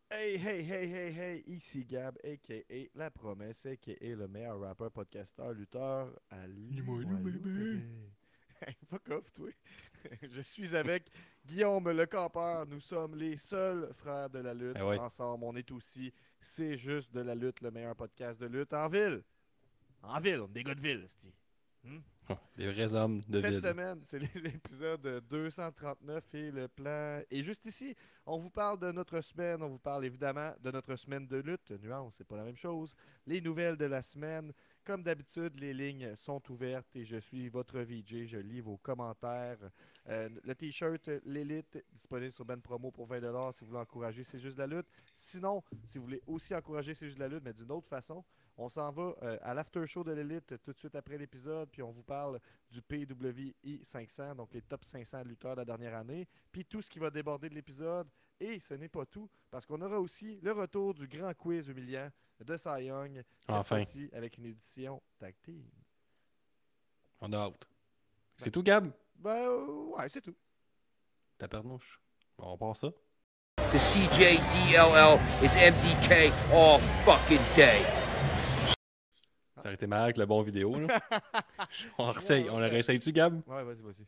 Hey, hey, hey, hey, hey, ici Gab, a.k.a. La Promesse, a.k.a. le meilleur rappeur, podcasteur, lutteur à Limoilou, Limoilou, bébé. bébé. Hey, fuck off, toi. Je suis avec Guillaume le campeur. Nous sommes les seuls frères de la Ah lutte. ouais. Ensemble, on est aussi C'est juste de la lutte, le meilleur podcast de lutte en ville. En ville, on est des gars de ville, c'ti. Hmm? Des vrais hommes de Cette ville. semaine, c'est l'épisode 239 et le plan. Et juste ici, on vous parle de notre semaine. On vous parle évidemment de notre semaine de lutte. Nuance, c'est pas la même chose. Les nouvelles de la semaine. Comme d'habitude, les lignes sont ouvertes et je suis votre VJ. Je lis vos commentaires. Le t-shirt L'élite disponible sur Ben Promo pour 20$ si vous voulez encourager C'est juste la lutte. Sinon, si vous voulez aussi encourager C'est juste la lutte, mais d'une autre façon, on s'en va à l'after show de l'élite tout de suite après l'épisode, puis on vous parle du PWI 500, donc les top 500 lutteurs de la dernière année, puis tout ce qui va déborder de l'épisode. Et ce n'est pas tout, parce qu'on aura aussi le retour du grand quiz humiliant de Cy Young, cette Enfin, fois-ci avec une édition tag team. on a hâte. Ben, C'est tout, Gab? ouais, c'est tout. Tabarnouche. Bon, on part ça. The CJDLL is MDK all fucking day. Ça aurait été mal avec le bon vidéo, là. On Ouais, réessaye. On le réessaye-tu, Gab? ouais, vas-y, vas-y.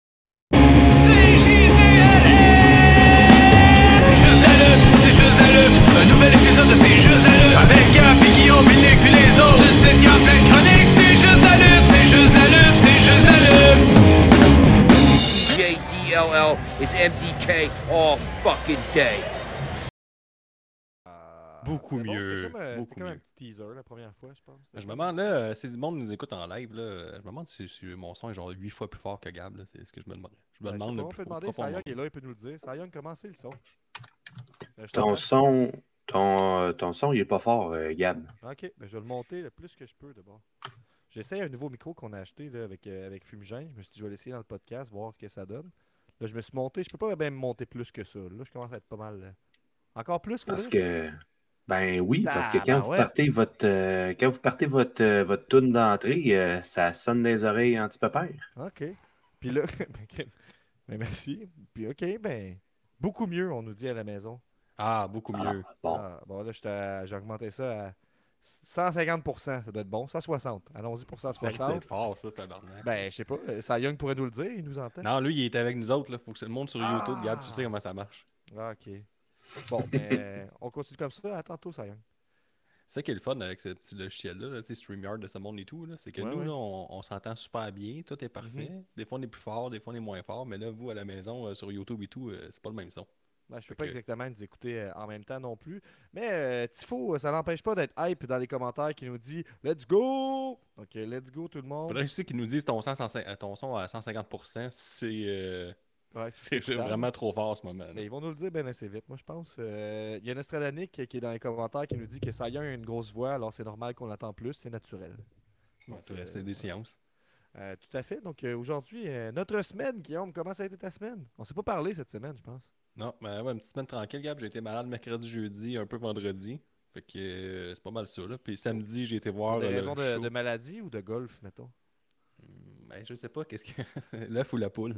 C'est juste la lutte, c'est juste la lutte. Un nouvel épisode de C'est juste la lutte. Avec Gap et Guillaume, Nick puis les autres. Le site Gap, plein de chroniques. C'est juste la lutte, c'est juste la lutte, c'est juste la lutte. CJDLL is MDK all fucking day. Beaucoup C'était bon, mieux, c'était beaucoup comme un mieux. petit teaser la première fois, je pense. C'était Je me comme- demande, là, si du monde nous écoute en live, là, je me demande si mon son est genre 8 fois plus fort que Gab, là. C'est ce que je me demande. Je me Ben, je sais demande pas, le on plus peut demander. Cy profondément. Young est là, il peut nous le dire. Cy Young, comment c'est le son? Je Ton t'entends. son, ton son, il est pas fort, Gab. Ok, ben, je vais le monter le plus que je peux d'abord. J'essaie un nouveau micro qu'on a acheté là, avec Fumigène. Je me suis dit, je vais l'essayer dans le podcast, voir ce que ça donne. Là, je me suis monté. Je peux pas bien me monter plus que ça. Là, je commence à être pas mal. Encore plus, Parce faudrait? que, ben oui, parce que Ah, ben ouais. quand vous partez votre tune d'entrée, ça sonne dans les oreilles un petit peu pire. Ok. Puis là, ben, merci. Puis ok, ben, beaucoup mieux, on nous dit à la maison. Ah, beaucoup Ah, mieux. bon. Ah, bon, là, j'ai augmenté ça à 150%. Ça doit être bon. 160. Allons-y pour Ça risque d'être 160. fort, ça, tabarnak. Ben, je sais pas. Cy Young pourrait nous le dire. Il nous entend. Non, lui, il est avec nous autres, là. Faut que c'est le monde sur YouTube. Gab, tu sais Ah! comment ça marche. Ah, ok. Bon, ben, on continue comme ça. À tantôt, Cy Young. C'est ça qui est le fun avec ce petit logiciel-là, là, tu sais, StreamYard de ce monde et tout, là, c'est que Ouais, nous, ouais. là, on s'entend super bien, tout est Mhm. parfait. Des fois, on est plus fort, des fois, on est moins fort, mais là, vous, à la maison, sur YouTube et tout, c'est pas le même son. Ben, je peux Fait pas que, exactement nous écouter en même temps non plus. Mais Tifo, ça n'empêche pas d'être hype dans les commentaires qui nous dit Let's go! Donc, let's go tout le monde. faudrait aussi qu'ils nous disent ton son à 150%, Ouais, si c'est c'est écoutable. vraiment trop fort en ce moment. Mais Là. ils vont nous le dire bien assez vite, moi je pense. Il y a Nostradanic qui est dans les commentaires qui nous dit que Cy Young a une grosse voix, alors c'est normal qu'on l'attend plus, c'est naturel. Ouais, Donc, c'est vrai, c'est des voilà. sciences. Tout à fait. Donc, aujourd'hui, notre semaine, Guillaume, comment ça a été ta semaine? On s'est pas parlé cette semaine, je pense. Non, mais ouais, une petite semaine tranquille, Gab, j'ai été malade mercredi, jeudi, un peu vendredi. Fait que c'est pas mal ça, là. Puis Pour, samedi, j'ai été pour voir des le raisons de show. maladie ou de golf, mettons. Ben, je sais pas, qu'est-ce que. L'œuf ou la poule?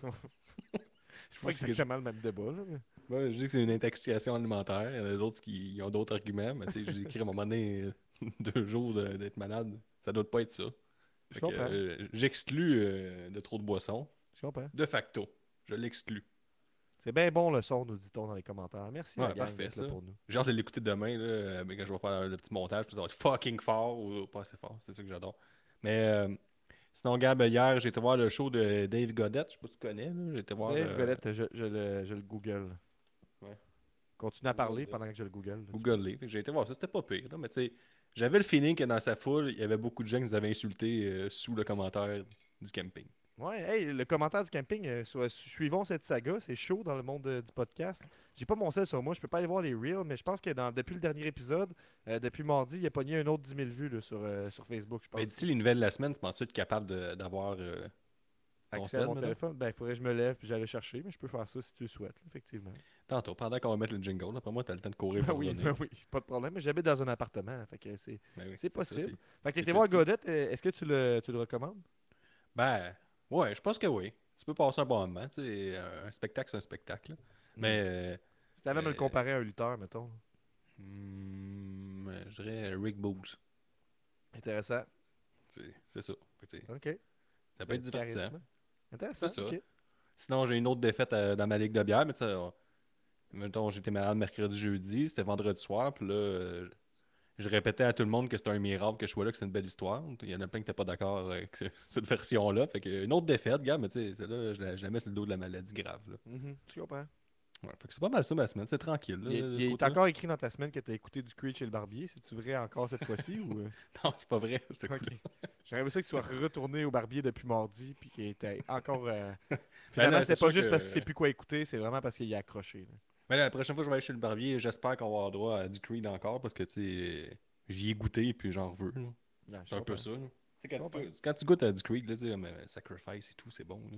Je Pas pense que exactement le même débat, là, mais... ouais, je dis que c'est une intoxication alimentaire. Il y en a d'autres qui ont d'autres arguments, mais tu sais, j'ai écrit à un moment donné 2 jours d'être malade. Ça doit pas être ça. Je Fait que comprends. j'exclus de trop de boissons. Je comprends. De facto, je l'exclus. C'est bien bon le son, nous dit-on dans les commentaires. Merci la Ouais, gang parfait d'être là ça. pour nous. J'ai hâte de l'écouter demain, là, mais quand je vais faire le petit montage, puis ça va être fucking fort ou pas assez fort. C'est ça que j'adore. Mais sinon, Gab, hier, j'ai été voir le show de Dave Godette. Je sais pas si tu connais, là. J'ai été voir. Dave Golette, je le google. Ouais. Continue à parler pendant que je le google. Là, tu peux. Google. J'ai été voir ça, c'était pas pire, là, mais tu sais, j'avais le feeling que dans sa foule, il y avait beaucoup de gens qui nous avaient insultés sous le commentaire du camping. Ouais, hey, le commentaire du camping, suivons cette saga, c'est chaud dans le monde du podcast. J'ai pas mon sel sur moi, je peux pas aller voir les reels, mais je pense que depuis le dernier épisode, depuis mardi, il a pogné un autre 10 000 vues là, sur Facebook, je Mais pense. d'ici les nouvelles de la semaine, tu penses être capable d'avoir ton Accès à sel, mon maintenant? téléphone, ben il faudrait que je me lève puis j'allais le chercher, mais je peux faire ça si tu le souhaites, là, effectivement. Tantôt, pendant qu'on va mettre le jingle, après moi, t'as le temps de courir Ben pour oui, revenir. ben oui, pas de problème, mais j'habite dans un appartement, fait que Ben oui, c'est c'est ça, possible. Fait que c'est t'étais voir petit. Godette, est-ce que tu le recommandes? Ben, ouais, je pense que oui. Tu peux passer un bon moment, tu sais, un spectacle, c'est un spectacle. Là. Hmm. Mais Si t'avais à me le comparer à un lutteur, mettons. Je dirais Rick Boogs. Intéressant. C'est ça. Fait que, tu sais, OK. ça peut être Du divertissant. charisme. Intéressant, C'est ça. OK. Sinon, j'ai une autre défaite dans ma ligue de bière, mais tu sais, mettons, j'étais malade mercredi, jeudi, c'était vendredi soir, puis là, je répétais à tout le monde que c'était un miracle que je sois là, que c'est une belle histoire. Il y en a plein qui n'étaient pas d'accord avec cette version-là. Fait que une autre défaite, gars, mais tu sais, celle-là, je la mets sur le dos de la maladie grave. Là. Je comprends. Ouais, fait que c'est pas mal ça ma semaine, c'est tranquille. Là, de ce Il est côté-là. encore écrit dans ta semaine que t'as écouté du Creed chez le barbier. C'est-tu vrai encore cette fois-ci ou... Non, c'est pas vrai. C'est cool. OK. J'aurais aimé ça qu'il soit retourné au barbier depuis mardi puis qu'il était encore... Ben Finalement, là, c'est c'est pas sûr juste que- parce qu'il sait plus quoi écouter, c'est vraiment parce qu'il est accroché. Là. Mais là, la prochaine fois que je vais aller chez le barbier, j'espère qu'on va avoir droit à du Creed encore parce que tu sais, j'y ai goûté et puis j'en veux. Là. Non, je C'est un peu comprends. ça. Là. Tu sais, comprends. quand tu goûtes à du Creed, là, tu sais, Sacrifice et tout, c'est bon. Là.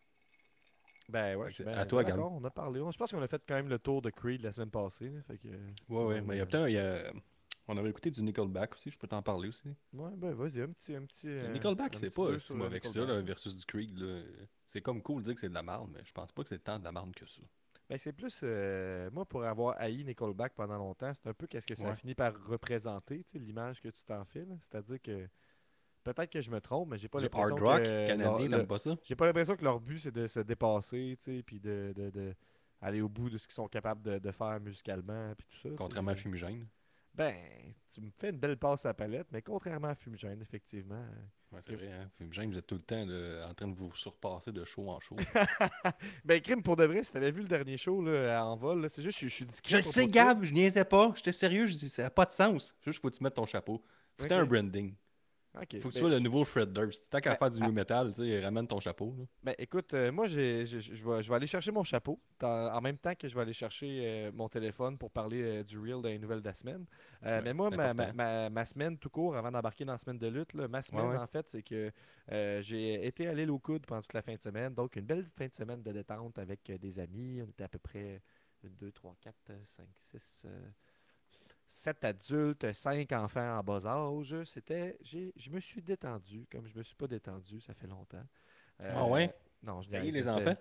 Ben ouais, Fait je que suis à bien toi, Gab. d'accord, on a parlé. Je pense qu'on a fait quand même le tour de Creed la semaine passée. Là, fait que, Ouais, mais il y a peut-être. On avait écouté du Nickelback aussi, je peux t'en parler aussi. Ouais, ben vas-y, un petit Nickelback, un c'est petit pas deux si sur mauvais que ça Nickelback, là, là. versus du Creed. Là. C'est comme cool de dire que c'est de la merde, mais je pense pas que c'est tant de la merde que ça. Ben c'est plus, moi pour avoir haï Nickelback pendant longtemps, c'est un peu qu'est-ce que ça a Ouais. fini par représenter, tu sais, l'image que tu t'en fais. Là. C'est-à-dire que peut-être que je me trompe, mais j'ai pas Du l'impression hard rock que canadien, t'aimes pas ça? j'ai pas l'impression que leur but c'est de se dépasser, tu sais, puis de aller au bout de ce qu'ils sont capables de faire musicalement, puis tout ça. tu sais. Contrairement à Fumigène. Ben, tu me fais une belle passe à la palette, mais contrairement à Fumigène, effectivement. Ouais, c'est vrai, hein. Fumigène, vous êtes tout le temps là, en train de vous surpasser de show en show. Ben, crime pour de vrai, si t'avais vu le dernier show là, en vol, là, c'est juste je suis discret. Je à le propos sais, de ça. Gab, je niaisais pas. J'étais sérieux, je dis, ça n'a pas de sens. Juste, faut que tu mettes ton chapeau. Faut que tu aies Ok. un branding. Ok. Faut que tu Ben, sois le nouveau Fred Durst. Tant qu'à ben, faire du new metal, tu sais, ramène ton chapeau. Là. ben, écoute, moi, je vais aller chercher mon chapeau en même temps que je vais aller chercher mon téléphone pour parler du reel des nouvelles de la semaine. Ouais, Mais moi, c'est important. ma semaine tout court, avant d'embarquer dans la semaine de lutte, là, ma semaine, ouais. en fait, c'est que j'ai été à l'île aux coudes pendant toute la fin de semaine. Donc, une belle fin de semaine de détente avec des amis. On était à peu près 1, 2, 3, 4, 5, 6... 7 adultes, 5 enfants en bas âge. Je me suis détendu, comme je me suis pas détendu, ça fait longtemps. Ah ouais? Non, je Tailler niaise, les mais enfants?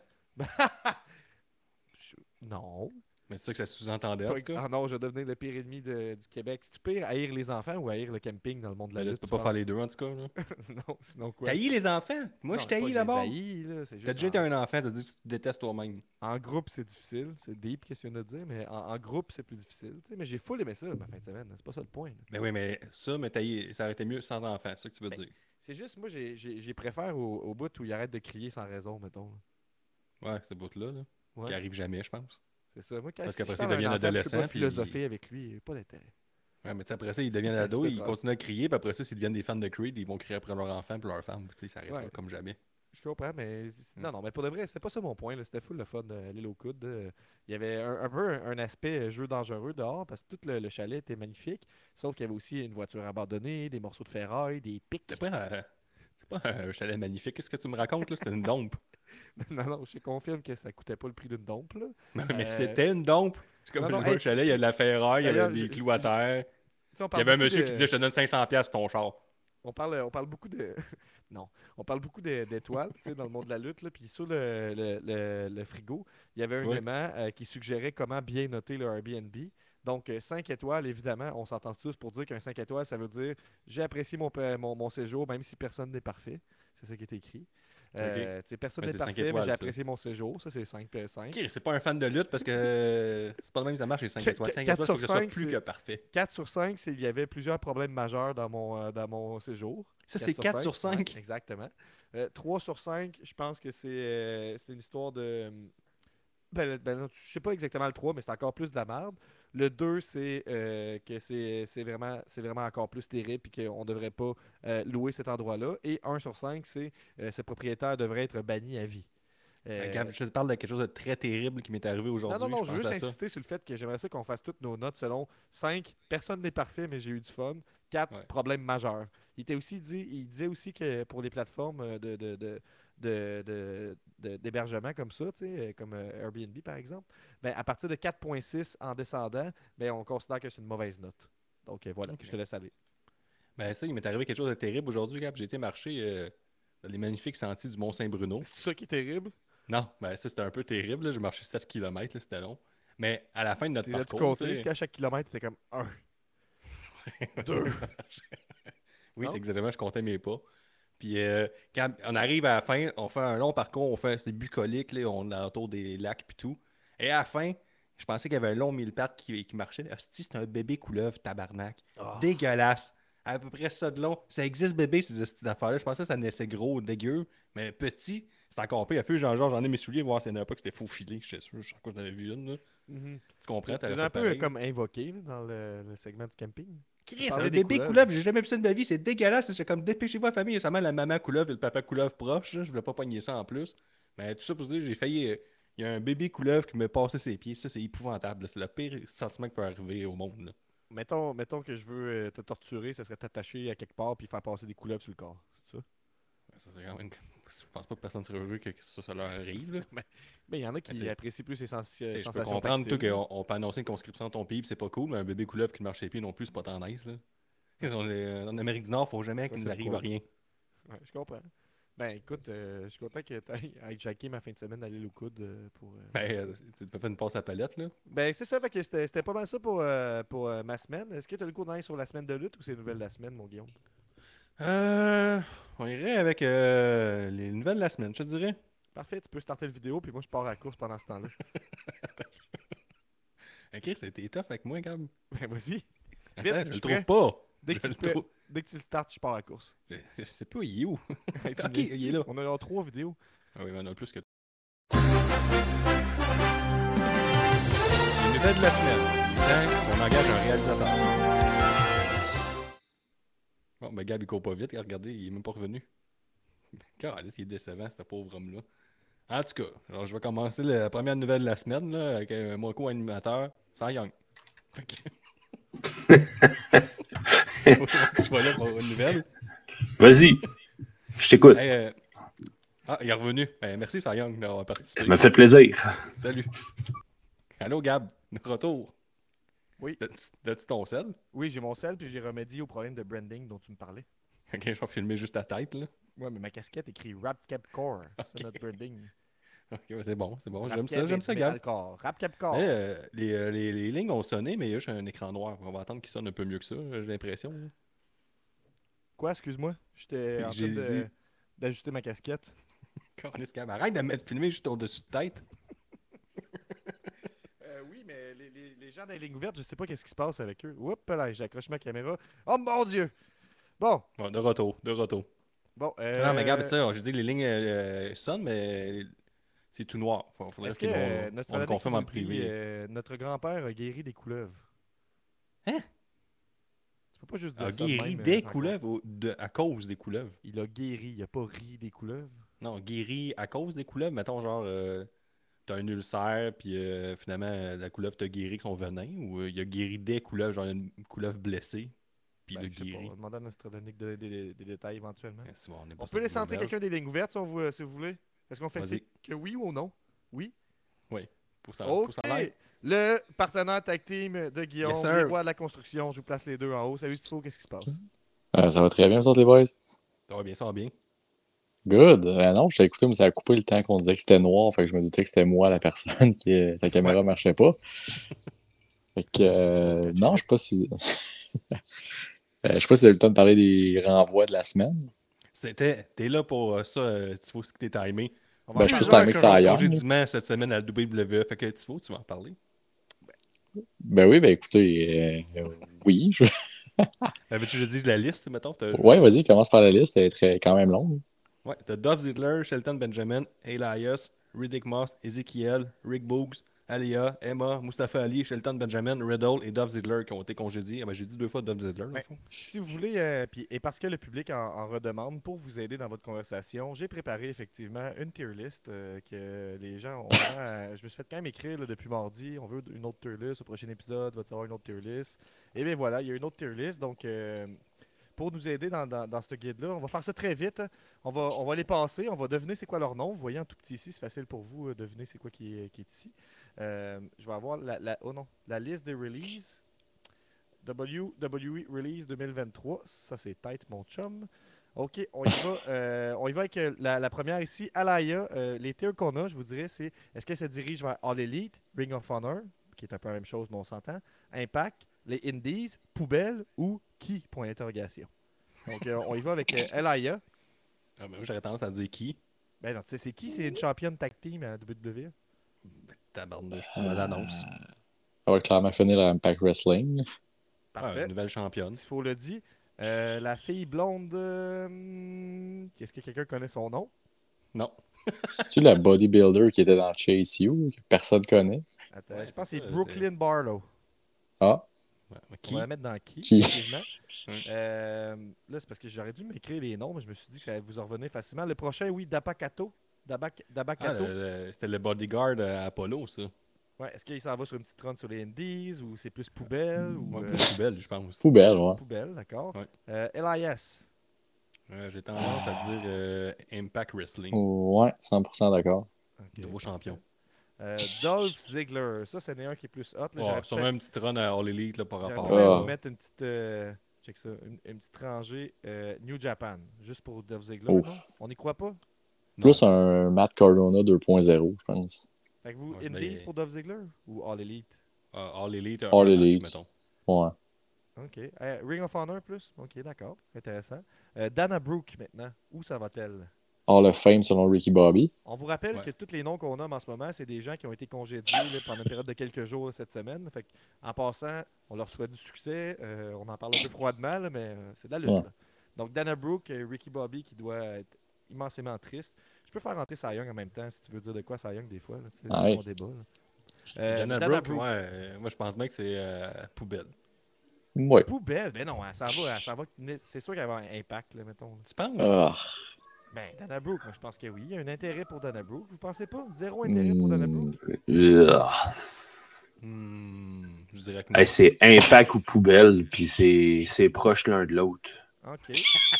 Non. Mais c'est ça que ça sous-entendait, en Pas tout cas. Ah non, je vais devenir le pire ennemi du Québec. C'est-tu pire haïr les enfants ou haïr le camping dans le monde de la Ben là, lutte, tu peux pas tu faire les penses? deux, en tout cas. Là. Non, sinon quoi? Tailler les enfants? Moi, Non, je c'est pas taillis que d'abord. je les haïs, là, c'est T'as juste déjà été un enfant, ça veut dire que tu te détestes toi-même. en groupe, c'est difficile. C'est deep, qu'est-ce qu'il y en a de dire, mais en groupe, c'est plus difficile. Tu sais, mais j'ai full aimé ça, ma fin de semaine. C'est pas ça le point. Là. Mais oui, mais tailler, ça aurait été mieux sans enfants, c'est ça que tu veux Ben, dire. C'est juste, moi, j'ai préfère au bout où il arrête de crier sans raison, mettons. Ouais, ce bout-là, là, Ouais, qui arrive jamais, je pense. c'est ça. Moi, quand Parce si qu'après je ça, il parle à devient un enfant, je peux adolescent, pas puis- philosopher avec lui. Pas d'intérêt. Ouais, mais tu sais, après ça, ils deviennent ados, Je te ils trompe. continuent à crier, puis après ça, s'ils deviennent des fans de Creed, ils vont crier après leur enfant puis leur femme. Tu sais, ça arrêtera Ouais. comme jamais. Je comprends, mais non, mais pour de vrai, c'était pas ça mon point. Là. C'était full le fun, l'île aux coudes. Il y avait un peu un aspect jeu dangereux dehors parce que tout le chalet était magnifique. Sauf qu'il y avait aussi une voiture abandonnée, des morceaux de ferraille, des pics. C'est pas un chalet magnifique. Qu'est-ce que tu me racontes, là? C'était une dompe. Non, je te confirme que ça coûtait pas le prix d'une dompe. Là. Mais Euh, c'était une dompe. C'est comme non, je non, vois un hey, chalet, il y a de la ferraille, il y avait d'ailleurs, des clous à terre. Tu sais, on Il y parle avait un beaucoup monsieur de- qui disait je te donne 500$ pour ton char. On parle beaucoup de. Non. On parle beaucoup d'étoiles, tu sais, dans le monde de la lutte. Là. Puis sur le frigo, il y avait un Oui. élément qui suggérait comment bien noter le Airbnb. Donc, 5 étoiles, évidemment, on s'entend tous pour dire qu'un 5 étoiles, ça veut dire j'ai apprécié mon séjour, même si personne n'est parfait. C'est ça qui est écrit. Tu sais, personne Mais n'est c'est 5 parfait, mais étoiles, j'ai ça. apprécié mon séjour. Ça, c'est 5 5. Ok, c'est pas un fan de lutte parce que c'est pas le même que ça marche les 5 étoiles. 5 4 étoiles, faut sur que ce soit 5, plus c'est- que parfait. 4 sur 5, c'est il y avait plusieurs problèmes majeurs dans mon séjour. Ça, c'est 4 sur 5. Ouais, exactement. 3 sur 5, je pense que c'est une histoire de. Non, je sais pas exactement le 3, mais c'est encore plus de la merde. Le 2, c'est que c'est vraiment encore plus terrible et qu'on ne devrait pas louer cet endroit-là. Et 1 sur 5, c'est ce propriétaire devrait être banni à vie. Gab, je te parle de quelque chose de très terrible qui m'est arrivé aujourd'hui. Non, je veux pense juste à ça. insister sur le fait que j'aimerais ça qu'on fasse toutes nos notes selon 5, personne n'est parfait, mais j'ai eu du fun. 4, Ouais. problème majeur. Il disait aussi que pour les plateformes d'hébergement comme ça, tu sais, comme Airbnb par exemple, ben, à partir de 4.6 en descendant, ben, on considère que c'est une mauvaise note. Donc voilà, Ok. je te laisse aller. Ben ça, il m'est arrivé quelque chose de terrible aujourd'hui, Gab. J'ai été marcher dans les magnifiques sentiers du Mont-Saint-Bruno. C'est ça qui est terrible. Non, ben ça, c'était un peu terrible. Là. J'ai marché 7 km, c'était long. Mais à la fin de notre Tu les as-tu parcours, comptés tu sais, jusqu'à chaque kilomètre, c'était comme 1, 2. oui, Non? c'est exactement, je comptais mes pas. Puis quand on arrive à la fin, on fait un long parcours, on fait c'est bucolique, là, on est autour des lacs puis tout. Et à la fin, je pensais qu'il y avait un long mille pattes qui marchait. Hostie, c'est un bébé couleuvre, tabarnak. Dégueulasse. À peu près ça de long. Ça existe bébé, ces hosties d'affaires-là. Je pensais que ça naissait gros, dégueu. Mais petit, c'est encore pire. Il y a fait j'en ai mes souliers, voir s'il n'y en a pas que c'était faux filé. J'étais sûr, je crois que j'en avais vu une. Là. Mhm. Tu comprends? Tu T'aurais les as fait un peu pareil. comme invoqué là, dans le segment du camping. Chris, Parler un des bébé couleuvres. couleuvre, j'ai jamais vu ça de ma vie, c'est dégueulasse. C'est comme dépêchez-vous la famille, récemment la maman couleuvre et le papa couleuvre proche. Là. Je voulais pas pogner ça en plus. Mais tout ça pour se dire, j'ai failli. Il y a un bébé couleuvre qui me passait ses pieds. Ça, c'est épouvantable. Là. C'est le pire sentiment qui peut arriver au monde. Là. Mettons que je veux te torturer, ça serait t'attacher à quelque part puis faire passer des couleuvres sur le corps. C'est ça? Ça serait quand même... Je pense pas que personne serait heureux que ça leur arrive. Là. Mais il y en a qui T'sais, apprécient plus ces je peux sensations comprendre tout tactiles. qu'on peut annoncer une conscription de ton pays, puis c'est pas cool, mais un bébé couleuvre qui marche ses pieds non plus, c'est pas tant nice. Là. En Amérique du Nord, faut jamais Ça, qu'il c'est nous le arrive quote. rien. Ouais, je comprends. Ben écoute, je suis content que tu aies hijacké ma fin de semaine d'aller au coude pour. Ben, tu peux faire une passe à palette, là. Ben c'est ça, fait que c'était pas mal ça pour ma semaine. Est-ce que tu as le coup d'aller sur la semaine de lutte ou c'est les nouvelles de la semaine, mon Guillaume? On irait avec les nouvelles de la semaine, je te dirais. Parfait, tu peux starter le vidéo, puis moi je pars à la course pendant ce temps-là. Ok, c'était tough avec moi, Gab. Ben vas-y. Attends, Vite, je je le suis trouve prêt. pas. Dès que, Je tu le le prêt- trouve. dès que tu le startes, je pars à la course. Je sais pas, il est où? Hey, tu Ok, me il est là. On a 3 vidéos. Ah oui, mais on en a plus que toi. Les nouvelles de la semaine. On engage un réalisateur. Bon, ben Gab, il court pas vite. Regardez, il est même pas revenu. Caliste, il est décevant, ce pauvre homme-là. En tout cas, alors je vais commencer la première nouvelle de la semaine là, avec mon co-animateur, Cy Young. Fait que... tu vas là pour une nouvelle. Vas-y, je t'écoute. Hey, Ah, il est revenu. Ben, merci, Cy Young, d'avoir participé. Ça m'a fait plaisir. Salut. Allô, Gab. De retour. Oui. T'as-tu ton sel? Oui, j'ai mon sel, puis j'ai remédié au problème de branding dont tu me parlais. Ok, je vais filmer juste ta tête, là. Ouais, mais ma casquette écrit Rap Cap Core. C'est notre branding. Ok, ouais, c'est bon. Du J'aime rap ça, cap j'aime et ça, du Gab. metalcore. Rap Cap Core. Les lignes ont sonné, mais il y a juste un écran noir. On va attendre qu'il sonne un peu mieux que ça, j'ai l'impression. Là. Quoi, excuse-moi? J'étais en train d'ajuster ma casquette. Câlisse, Gab, arrête de me filmer juste au-dessus de tête. Oui, mais les gens dans les lignes ouvertes, je sais pas qu'est-ce qui se passe avec eux. Oups, là, j'accroche ma caméra. Oh mon Dieu! Bon, Bon, de retour. bon. Non, mais Gab, ça, je dis que les lignes sonnent, mais c'est tout noir. Faudrait Est-ce que qu'on on le Nostradamus confirme nous en dit, privé. notre grand-père a guéri des couleuvres? Hein? Tu peux pas juste dire A ça de guéri même, des sans couleuvres à cause des couleuvres. Il a guéri, il a pas ri des couleuvres. Non, guéri à cause des couleuvres. Mettons, genre, t'as un ulcère, puis finalement, la couleuvre t'a guéri avec son venin, ou il a guéri des couleuvres, genre une couleuvre blessée, puis il Ben, l'a je sais pas, on guéri. va demander à Nostradamus de donner des détails éventuellement. C'est bon, on est pas On sur peut le laisser entrer belge. quelqu'un des lignes ouvertes si vous voulez. Est-ce qu'on fait Vas-y. c'est que oui ou non? Oui? Oui, pour ça Ok. l'aide. Le partenaire tag team de Guillaume, Yes, sir. les rois de la construction. Je vous place les deux en haut. Salut Tifo, qu'est-ce qui se passe? Ça va très bien, vous autres, les boys. Ça va bien. Good. Non, je t'ai écouté, mais ça a coupé le temps qu'on disait que c'était noir. Fait que je me doutais que c'était moi, la personne, qui sa caméra marchait pas. Fait que, non, je sais pas si. Je sais pas si vous avez le temps de parler des renvois de la semaine. T'es là pour ça, Tifo, ce que t'es timé. On va Ben, en je parler. peux timer que ça aille. Congédiement cette semaine à la WWE. Fait que Tifo, tu vas en parler. Ben oui, ben écoutez, oui. Veux-tu que je dise la liste, mettons? Ouais, vas-y, commence par la liste. Elle est quand même longue. Ouais, t'as Dolph Ziggler, Shelton Benjamin, Elias, Riddick Moss, Ezekiel, Rick Boogs, Alia, Emma, Mustafa Ali, Shelton Benjamin, Riddle et Dolph Ziggler qui ont été congédiés. Ah ben, j'ai dit 2 fois Dolph Ziggler. Ben, si vous voulez, et parce que le public en redemande, pour vous aider dans votre conversation, j'ai préparé effectivement une tier list que les gens ont vraiment, je me suis fait quand même écrire là, depuis mardi. On veut une autre tier list. Au prochain épisode, va-t-il y avoir une autre tier list? Et bien voilà, il y a une autre tier list. Donc, pour nous aider dans ce guide-là, on va faire ça très vite. On va les passer. On va deviner c'est quoi leur nom. Vous voyez en tout petit ici, c'est facile pour vous de deviner c'est quoi qui est ici. Je vais avoir la liste des releases. WWE Release 2023. Ça, c'est tête, mon chum. OK, on y va avec la première ici. Alaya, les tiers qu'on a, je vous dirais, c'est est-ce que ça dirige vers All Elite, Ring of Honor, qui est un peu la même chose, mais on s'entend. Impact, les Indies, poubelle ou qui? Point d'interrogation. Donc, on y va avec Elia. Ah, ben, moi, j'aurais tendance à dire qui? Ben non, tu sais, c'est qui? C'est une championne tag team à WWE. Tabarnouche, tu me l'annonces. Ça va clairement finir à Impact Wrestling. Parfait. Nouvelle championne. S'il faut le dire. La fille blonde, est-ce que quelqu'un connaît son nom? Non. C'est-tu la bodybuilder qui était dans Chase You, que personne connaît? Attends, Ouais, je pense que c'est c'est ça, Brooklyn Barlow. Ah, Ouais, mais On qui? va la mettre dans qui, Qui? effectivement. Hum. Là, c'est parce que j'aurais dû m'écrire les noms, mais je me suis dit que ça allait vous en revenir facilement. Le prochain, oui, Dabakato. Ah, Dabakato. c'était le bodyguard à Apollo, ça. Ouais, est-ce qu'il s'en va sur une petite run sur les Indies ou c'est plus poubelle ou Ouais, plus poubelle, je pense. poubelle, ouais. poubelle, d'accord. Ouais. LIS. J'ai tendance à dire Impact Wrestling. Ouais, 100% d'accord. Ok, Nouveau parfait. champion. Dolph Ziggler. Ça, c'est un qui est plus hot. Là, Ouais, j'aurais sûrement peut-être une petite run à All Elite là, par j'aurais rapport. pu même Ah. vous mettre une petite. Check ça. Une petite rangée New Japan. Juste pour Dolph Ziggler, Ouf. non? On n'y croit pas? Plus un Matt Cardona 2.0, je pense. Fait que vous, Ouais, Indies mais- pour Dolph Ziggler ou All Elite? All Elite, All un match, Elite. mettons. Ouais. OK. Ring of Honor plus? OK, d'accord. Intéressant. Dana Brooke maintenant. Où ça va-t-elle? Hall of Fame selon Ricky Bobby. On vous rappelle Ouais. que tous les noms qu'on nomme en ce moment, c'est des gens qui ont été congédiés là, pendant une période de quelques jours là, cette semaine. Fait que, en passant, on leur souhaite du succès. On en parle un peu froidement, là, mais c'est de la lutte. Ouais. Là. Donc, Dana Brooke, Ricky Bobby qui doit être immensément triste. Je peux faire rentrer Cy Young en même temps si tu veux dire de quoi Cy Young des fois. Là, tu sais, Nice. on débat. Là. Dana Brooke, ouais, moi je pense bien que c'est poubelle. Ouais. Poubelle, ben non, elle s'en va. C'est sûr qu'elle va avoir un impact, là, mettons. Tu penses? Ah. Ben, Dana Brooke, moi je pense que oui. Il y a un intérêt pour Dana Brooke. Vous pensez pas? Zéro intérêt pour Dana Brooke? Je dirais que non. Hey, c'est Impact ou poubelle, puis c'est proche l'un de l'autre. OK.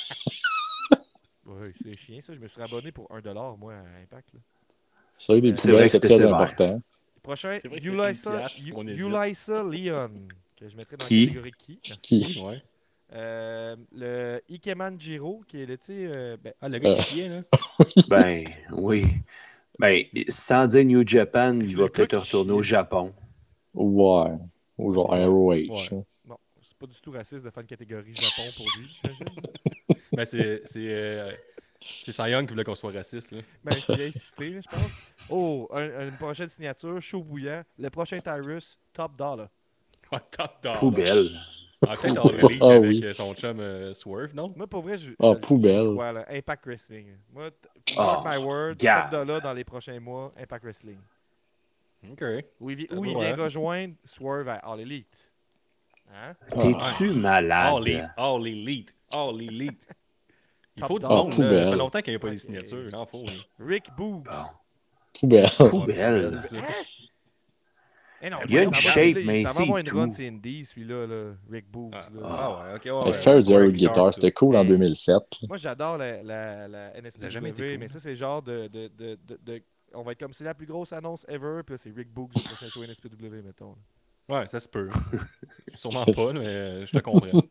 Ouais, c'est chiant ça. Je me suis abonné pour 1$ moi à Impact. Là. C'est vrai que des C'est vrai poubelles, que c'est c'était très sévère. important. Prochain, C'est vrai que c'est une Ulisa pièce qu'on hésite. Leon, que je mettrais dans Qui? la catégorie qui. Merci. Qui? Ouais. Le Ikeman Jiro, qui est le, tu sais, ben, Ah, le gars qui chiait, là. Ben, oui. Ben, sans dire New Japan, il Le va peut-être gars qui retourner au chie. Japon. Ouais. Ou genre Ouais. ROH. Ouais. hein. bon, c'est pas du tout raciste de faire une catégorie Japon pour lui, j'imagine. Ben, c'est Cy Young qui voulait qu'on soit raciste, là. Ben, il a insisté, je pense. Oh, une prochaine signature, chaud bouillant. Le prochain Tyrus, top dollar. Ouais, top dog. Poubelle. En fait, All Elite Ah, avec oui. Son chum Swerve, non? Moi, pour vrai, Ah, j'y poubelle. crois, là. Impact Wrestling. Moi, Ah, mark my word, gars. top dollar dans les prochains mois, Impact Wrestling. OK. Où il Ça vient va, hein? rejoindre Swerve à All Elite. Hein? T'es-tu malade? All Elite. All Elite. Il Top faut du dog. monde, là. Ça Poubelle. fait longtemps qu'il n'y a pas Ok. des signatures. Il en faut, là. Rick Boogs. Bon. Poubelle. Poubelle. ça. Eh non, Il y a une ça va- shape, il- mais ça va avoir c'est une run tout. c'est Indies, celui-là, là, Rick Boogs. Ah, là. ah ouais, ok, ouais. Mais ouais. faire du air Ouais, guitar, c'était cool en Hey. 2007. Moi, j'adore la Ça a jamais été NSPW, cool. mais ça, c'est genre de. On va être comme c'est la plus grosse annonce ever, puis là, c'est Rick Boogs au prochain show NSPW, mettons. Ouais, ça se peut. Sûrement pas, mais je te comprends.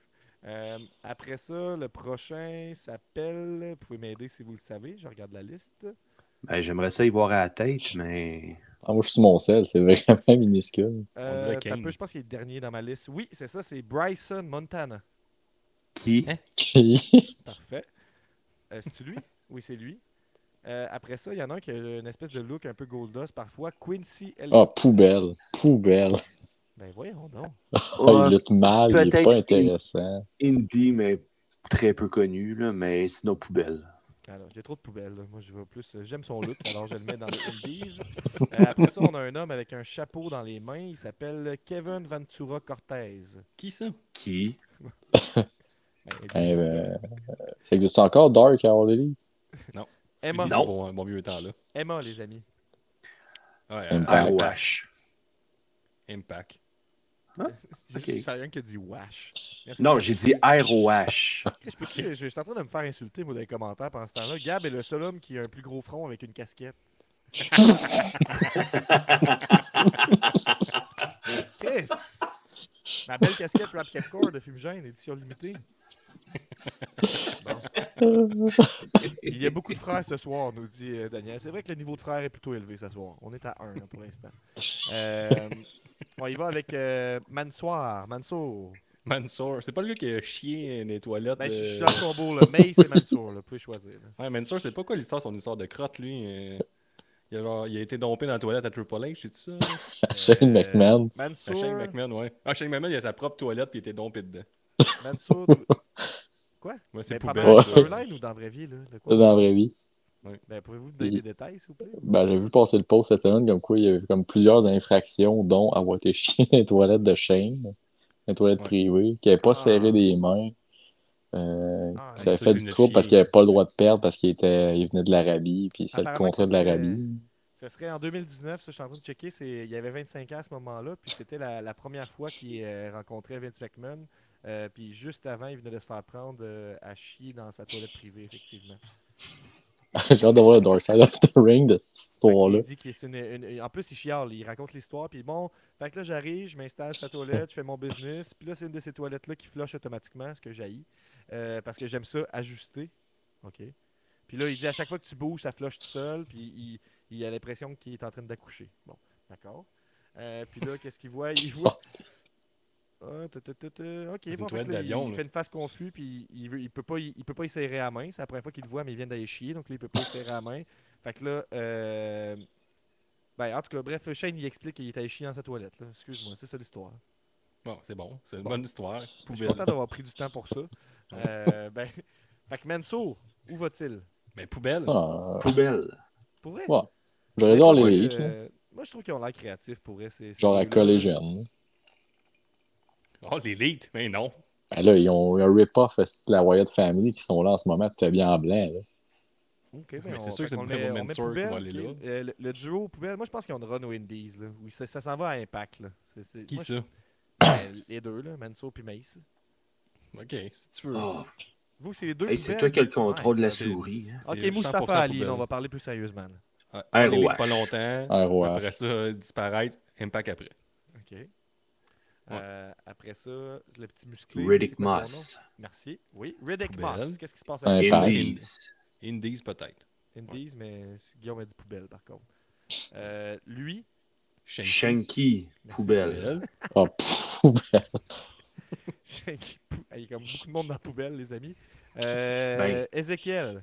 Après ça, le prochain s'appelle. Vous pouvez m'aider si vous le savez, je regarde la liste. Ben, j'aimerais ça y voir à la tête, mais. Ah, moi, je suis sur mon sel, c'est vraiment minuscule. dirait T'as Kane. peu, je pense qu'il est le dernier dans ma liste. Oui, c'est ça, c'est Bryson Montana. Qui? Hein? Qui? Parfait. C'est-tu lui? Oui, c'est lui. Après ça, il y en a un qui a une espèce de look un peu Goldust parfois. Quincy Ah, Elliott. poubelle. Poubelle. Ben voyons donc. Ah, il lutte mal, il est peut-être pas intéressant. Indie, mais très peu connu, là, mais sinon poubelle. Alors, il y a trop de poubelles. Là. Moi, je veux plus. J'aime son look, alors je le mets dans les Indies. Après ça, on a un homme avec un chapeau dans les mains. Il s'appelle Kevin Ventura Cortez. Qui ça? Qui? Ça existe encore Dark à All Elite? Emma. Fini, Non. c'est bon vieux temps, là. Emma, les amis. Ouais, Impact. ROH. Impact. Ok. C'est rien qui a dit wash. Merci. Non, j'ai dit ROH. Je suis en train de me faire insulter, moi, dans les commentaires pendant ce temps-là. Gab est le seul homme qui a un plus gros front avec une casquette. Chris! Ma belle casquette Rap Capcore de Fumigène, édition limitée. Bon. Il y a beaucoup de frères ce soir, nous dit Daniel. C'est vrai que le niveau de frères est plutôt élevé ce soir. On est à 1 là, pour l'instant. On y va avec Mansour. Mansour. C'est pas le gars qui a chié dans les toilettes. Ben, je suis dans le combo, là. Mace et Mansour, là. Vous pouvez choisir. Là. Ouais, Mansour, c'est pas quoi l'histoire, son histoire de crotte, lui. Il a été dompé dans la toilette à Triple H, c'est ça? Shane McMahon. Mansour. Shane McMahon, ouais. Ah, Shane McMahon, il a sa propre toilette puis il était dompé dedans. Mansour. Quoi? Ouais, c'est Mais poubelle. pendant la ça. storyline ou dans la vraie vie, là? De quoi? Dans la vraie vie. Ben, pouvez-vous me donner des détails, s'il vous plaît? Ben, j'ai vu passer le post cette semaine comme quoi il y a eu comme plusieurs infractions, dont avoir été chié dans les toilettes de Shane, les toilettes Ouais. privées, qui n'avait pas Ah. serré des mains. Ah, Ça avait ça, fait c'est du une trouble parce chier. qu'il n'avait pas le droit de perdre parce qu'il venait de l'Arabie, puis c'est le Apparemment contrat que de l'Arabie. ce serait en 2019, ça, je suis en train de checker. Il y avait 25 ans à ce moment-là, puis c'était la première fois qu'il rencontrait Vince McMahon. Puis juste avant, il venait de se faire prendre à chier dans sa toilette privée, effectivement. J'ai hâte de voir le Dark Side of the Ring de cette Fait histoire-là. qu'il dit que c'est en plus, il chiale, il raconte l'histoire, puis bon, fait que là, j'arrive, je m'installe sur la toilette, je fais mon business, puis là, c'est une de ces toilettes-là qui flush automatiquement, ce que j'haïs, parce que j'aime ça ajuster. OK. Puis là, il dit à chaque fois que tu bouges, ça flush tout seul, puis il a l'impression qu'il est en train d'accoucher. Bon, d'accord. Puis là, qu'est-ce qu'il voit? Il voit. Ok, C'est une bon, fait toilette que là, d'avion, il là. fait une face confus, puis il peut pas y serrer la main. C'est la première fois qu'il le voit, mais il vient d'aller chier, donc là, il peut pas y serrer la main. Fait que là, ben, en tout cas, bref, Shane, il explique qu'il est allé chier dans sa toilette, là. Excuse-moi, c'est ça l'histoire. Bon, c'est bon. C'est une Bon. bonne histoire. Je suis Poubelle. content d'avoir pris du temps pour ça. Ben, fait que Mansour, où va-t-il? Mais poubelle. Ah, Poubelle. Pour vrai? ouais. Vous J'aurais avez dit pas les vu, Elite, là. moi, je trouve qu'ils ont l'air créatifs pour vrai. Genre à Collégienne. Oh, l'élite. Mais non. Ben là, ils ont un rip-off de la Wyatt Family qui sont là en ce moment, tout bien en blanc. Là. Ok, Mais ben c'est on, sûr que c'est on pour met Mansour poubelle, qu'on va aller ok. Le duo poubelle, moi je pense qu'ils ont une run aux Indies. Là. Oui, ça s'en va à Impact. Là. Qui moi, ça? ben, les deux, là, Mansour puis Mace. Ok, si tu veux. Oh. Vous, c'est les deux Hey, c'est poubelles? toi qui as le contrôle de la c'est- souris. Hein. Ok, C'est Mustafa 100% Ali, poubelle. là, on va parler plus sérieusement. Là. Ouais, ROH. l'élite pas longtemps. ROH. Après ça, disparaître. Impact après. Ok. Après ça, le petit musclé. Riddick c'est quoi son nom? Moss. Merci. Oui, Riddick Poubelle. Moss. Qu'est-ce qui se passe avec Impact. Indies. Indies peut-être. Indies, mais Guillaume a dit poubelle par contre. Lui, Shanky. Shanky. Merci. Poubelle. Poubelle. Oh, poubelle. il y a comme beaucoup de monde dans la poubelle, les amis. Ben. Ézéchiel.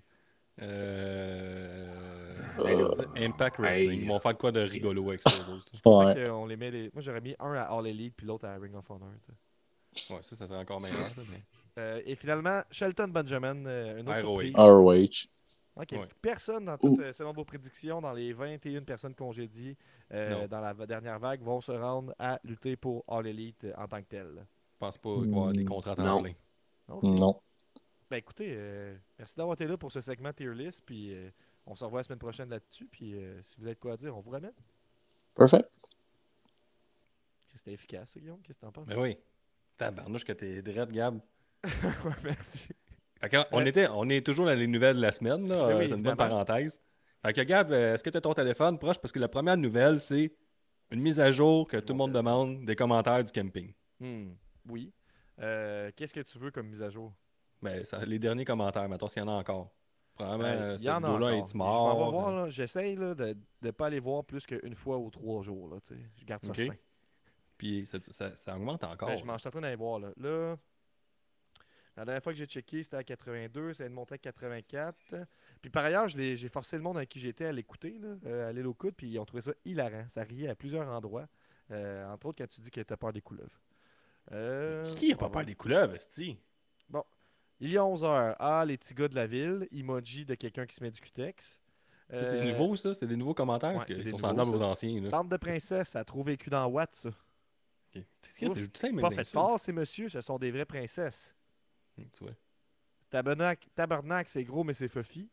Impact Wrestling. Hey. Ils vont faire quoi de rigolo avec ça, eux autres? Content Ouais. qu'on les met moi j'aurais mis un à All Elite puis l'autre à Ring of Honor. Tu sais. Ouais, ça serait encore meilleur. ça, mais... Et finalement, Shelton Benjamin, une autre ROH. surprise. ROH. Ok, Ouais. Personne, selon vos prédictions, dans les 21 personnes congédiées Non. dans la dernière vague, vont se rendre à lutter pour All Elite en tant que tel. Je pense pas qu'il va y avoir des contrats à temps Non. plein. Ok. Non. Ben écoutez, merci d'avoir été là pour ce segment Tier List, puis on se revoit la semaine prochaine là-dessus, puis si vous avez de quoi à dire, on vous ramène. Perfect. C'était efficace, ça, Guillaume, qu'est-ce que t'en penses? Mais oui. Tabarnouche que t'es drette, Gab. Ouais, merci. Fait que on est toujours dans les nouvelles de la semaine, là. Ben oui, C'est une bonne évidemment. parenthèse. Fait que Gab, est-ce que tu as ton téléphone proche? Parce que la première nouvelle, c'est une mise à jour que tout le monde demande des commentaires du camping. Oui. Qu'est-ce que tu veux comme mise à jour? Ben, les derniers commentaires, mettons s'il y en a encore. Probablement, Il ce y en a vidéo-là encore. est Je m'en vais mort. voir, là. J'essaye là, de ne pas aller voir plus qu'une fois ou 3 jours. Là, tu sais. Je garde ça Ok. sain. Puis ça augmente encore. Ben, je suis en train d'aller voir. Là, la dernière fois que j'ai checké, c'était à 82. Ça vient de monter à 84. Puis par ailleurs, j'ai forcé le monde avec qui j'étais à l'écouter, là, à l'île aux coudes, puis ils ont trouvé ça hilarant. Ça riait à plusieurs endroits. Entre autres, quand tu dis que tu as peur des couleuvres. Qui a on pas va voir. peur des couleuvres, esti? Bon. Il y a 11 heures. Ah, les petits gars de la ville. Emoji de quelqu'un qui se met du cutex. Ça, c'est nouveau, ça? C'est des nouveaux commentaires? ouais, Parce c'est qu'ils des sont nouveaux, semblables ça. aux anciens, là. Bande de princesses, ça a trop vécu dans Watt, ça. Ok. Qu'est-ce que Ouf, c'est? Putain, mais Pas des fait insultes. fort, ces messieurs, ce sont des vraies princesses. Tu vois. Tabernacle, c'est gros, mais c'est fuffy.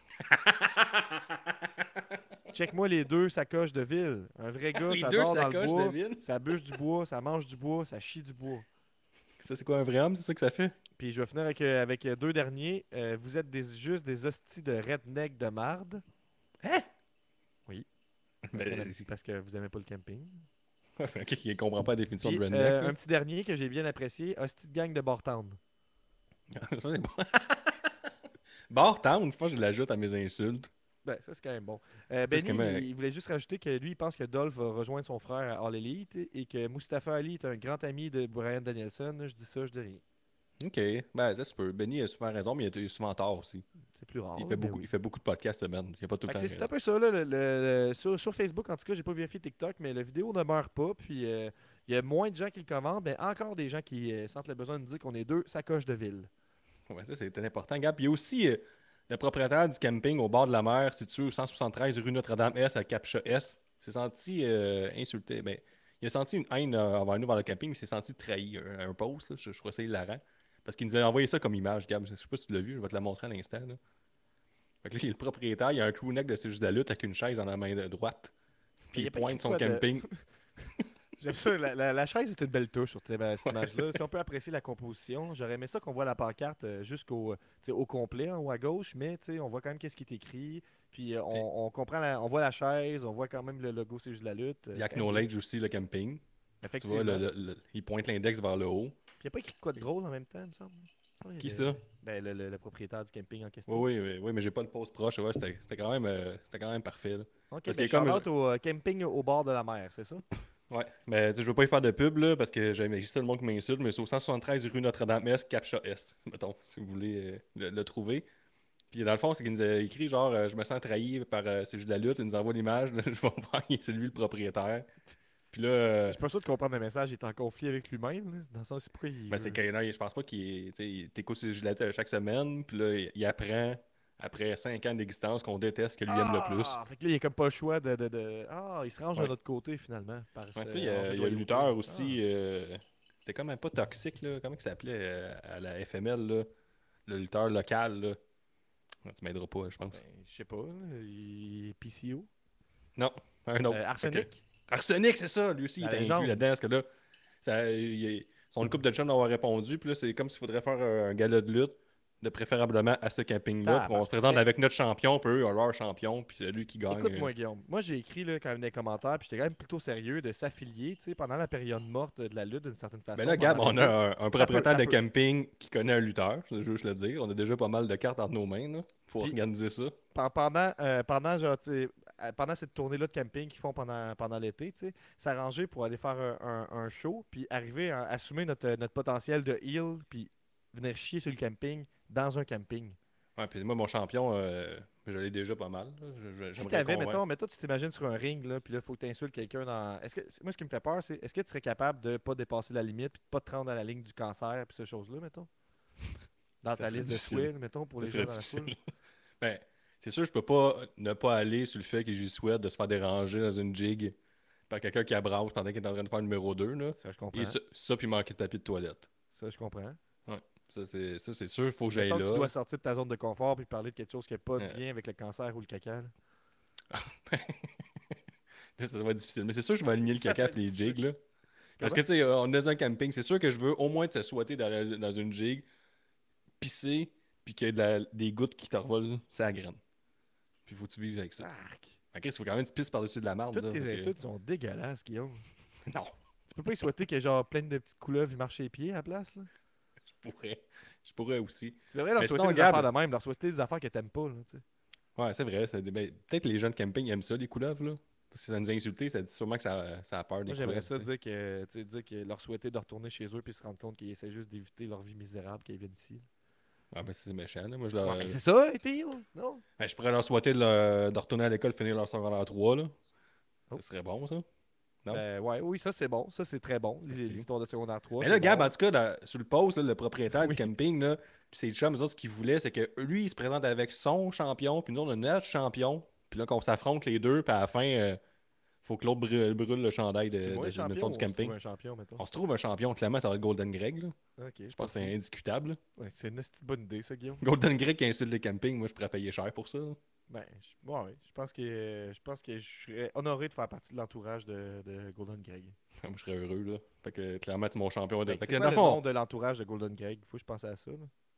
Check-moi les deux sacoches de ville. Un vrai gars, Les ça deux dort dans le sacoches bois, de ville? ça bûche du bois, ça mange du bois, ça chie du bois. Ça, c'est quoi un vrai homme? C'est ça que ça fait? Puis je vais finir avec deux derniers. Vous êtes juste des hosties de redneck de marde. Oui. Parce que vous aimez pas le camping. Ok, il comprend pas la définition Puis, de redneck. un petit dernier que j'ai bien apprécié, hostie de gang de Bartown. Ça, c'est bon. Bar Town, je pense que je l'ajoute à mes insultes. Ben, ça, c'est quand même bon. Parce que, Benny, il voulait juste rajouter que lui, il pense que Dolph va rejoindre son frère à All Elite et que Mustafa Ali est un grand ami de Bryan Danielson. Je dis ça, je dis rien. OK, ben ça se peut. Benny a souvent raison, mais il a souvent tort aussi. C'est plus rare. Il là, fait mais beaucoup, oui. il fait beaucoup de podcasts semaine. Il n'y a pas tout le Fait que temps c'est raison. un peu ça, là, sur Facebook, en tout cas, j'ai pas vérifié TikTok, mais la vidéo ne meurt pas, puis il y a moins de gens qui le commandent, mais encore des gens qui sentent le besoin de nous dire qu'on est deux sacoches de ville. Ouais, ça, c'est important, Gab. Puis il y a aussi le propriétaire du camping au bord de la mer, situé au 173 rue Notre-Dame-S à Captcha S. Il s'est senti insulté. Ben, il a senti une haine envers nous vers le camping, il s'est senti trahi. Un post, là, je trouvais ça hilarant. Parce qu'il nous a envoyé ça comme image, Gab. Je sais pas si tu l'as vu, je vais te la montrer à l'instant. Là. Fait que là, il est le propriétaire, il a un crewneck de ses juste de la lutte avec une chaise dans la main de droite. Puis Il y il a pas écrit pointe son quoi de- camping. J'aime ça, la chaise est une belle touche sur cette image-là. Si on peut apprécier la composition, j'aurais aimé ça qu'on voit la pancarte au complet en haut à gauche, mais on voit quand même qu'est-ce qui est écrit. Puis on comprend, on voit la chaise, on voit quand même le logo, c'est juste la lutte. Il y C'est a quand même bien. Knowledge aussi, le camping. Tu Effectivement. vois, il pointe l'index vers le haut. Puis il n'y a pas écrit de quoi de drôle en même temps, il me semble. Qui ça? Ben, le propriétaire du camping en question. Oui, mais j'ai pas le post proche. Ouais, c'était quand même parfait. Là. Ok, Parce ben, que comme shout-out au camping au bord de la mer, c'est ça? Ouais, mais je veux pas y faire de pub là, parce que j'ai juste le monde qui m'insulte, mais c'est au 173 rue Notre-Dame-S, Captcha S, mettons, si vous voulez le trouver. Puis dans le fond, c'est qu'il nous a écrit genre je me sens trahi par ces jeux de la lutte, il nous envoie l'image, là, je vais voir, c'est lui le propriétaire. Puis là, Je suis pas sûr de comprendre le message, il est en conflit avec lui-même, là. Dans le sens, c'est pourquoi il ben, c'est veut- que non, je pense pas qu'il t'écoute ces jeux de la lutte chaque semaine, puis là, il apprend après 5 ans d'existence qu'on déteste que lui aime le plus. Fait que là, il a comme pas le choix Ah, il se range de Ouais. notre côté, finalement. Par Ouais, ce puis il y rangé a, de il y a le loyauté. lutteur aussi. Ah. C'était quand même pas toxique, là. Comment il s'appelait à la FML, là? Le lutteur local, là. Ouais, tu m'aideras pas, je pense. Ben, je sais pas, là, il est PCO. Non, un autre. Fait Arsenic? que- Arsenic, c'est ça. Lui aussi, il La était légende. inclus là-dedans. Parce que là, son couple de chums d'avoir répondu. Puis là, c'est comme s'il faudrait faire un gala de lutte, de préférablement à ce camping-là. Puis on se présente Mais- avec notre champion, puis eux ont leur champion, puis c'est lui qui gagne. Écoute-moi, Guillaume. Moi, j'ai écrit là, quand même des commentaires, puis j'étais quand même plutôt sérieux de s'affilier pendant la période morte de la lutte, d'une certaine façon. Ben là, Gab, pendant on les luttes. a un propriétaire T'as de peu. camping qui connaît un lutteur, je veux juste le dire. On a déjà pas mal de cartes entre nos mains, là. Faut Puis- organiser ça. Pendant cette tournée-là de camping qu'ils font pendant l'été, s'arranger pour aller faire un show, puis arriver à assumer notre potentiel de heel, puis venir chier sur le camping dans un camping. Ouais, puis moi, mon champion, je l'ai déjà pas mal. Là. Si J'aimerais t'avais, convaincre. mettons, tu t'imagines sur un ring, là, puis là, il faut que tu insultes quelqu'un dans. Moi, ce qui me fait peur, c'est est-ce que tu serais capable de pas dépasser la limite, puis de pas te rendre à la ligne du cancer, puis ces choses-là, mettons? Dans ta serait liste de difficile. souhaits, mettons, pour Ça les serait gens dans la foule. difficile. Ben, c'est sûr, je peux pas ne pas aller sur le fait que j'y souhaite de se faire déranger dans une jig par quelqu'un qui abrase pendant qu'il est en train de faire le numéro 2. Là. Ça, je comprends. Et ça, puis manquer de papier de toilette. Ça, je comprends. Ouais. Ça, c'est sûr, il faut que j'aille Mettons que tu là. dois sortir de ta zone de confort puis parler de quelque chose qui n'a pas de Ouais. lien avec le cancer ou le caca. Là. Là, ça va être difficile. Mais c'est sûr que je vais aligner le Ça caca va et les être jigs. Là. Parce Comment? que, tu sais, on est dans un camping. C'est sûr que je veux au moins te souhaiter dans une jig, pisser, puis qu'il y ait des gouttes qui te revolent, c'est la graine. Puis faut que tu vives avec ça. Arc. Ok, il faut quand même que tu pisses par-dessus de la merde. Toutes là, tes fait que- insultes sont dégueulasses, Guillaume. Non, Tu peux pas y souhaiter qu'il y ait genre plein de petites couleuvres qui marchent les pieds à la place. Là. je pourrais aussi. Tu devrais leur Mais souhaiter sinon, des Gab- affaires de même, leur souhaiter des affaires que t'aimes pas. Là, tu sais. Ouais, c'est vrai. Ben, peut-être les gens de camping aiment ça, les couleuvres, là. Parce que ça nous a insultés, ça dit sûrement que ça a peur des Moi, j'aimerais couleuvres. ça tu sais. dire que leur souhaiter de retourner chez eux puis se rendre compte qu'ils essaient juste d'éviter leur vie misérable qu'ils viennent ici. Ah, ben c'est méchant, là. Moi, Ouais, mais c'est ça, être heel, non? Ben, je pourrais leur souhaiter de retourner à l'école, finir leur secondaire 3, là. Oh. Ça serait bon, ça. Non? Oui, ça c'est bon. Ça c'est très bon. Merci. L'histoire de secondaire 3. Mais c'est là, Gab, bon. en tout cas, sur le post, là, le propriétaire Oui. du camping, là, puis ses chums, eux autres, ce qu'ils voulaient, c'est que lui, il se présente avec son champion, puis nous, on a notre champion. Puis là, qu'on s'affronte les deux, puis à la fin, faut que l'autre brûle le chandail C'est-tu moi un mettons, champion du ou on se trouve camping. un champion, mettons? On se trouve un champion, clairement, ça va être Golden Greg, là. Ok, Je pense que c'est indiscutable. là. Ouais, c'est une petite bonne idée, ça, Guillaume. Golden Greg qui insulte les campings, moi, je pourrais payer cher pour ça. Ben, je pense que je serais honoré de faire partie de l'entourage de Golden Greg. Moi, je serais heureux, là. Fait que clairement, c'est mon champion. Ben, Fait c'est que quoi dans le le fond, nom de l'entourage de Golden Greg? Faut que je pense à ça. Là.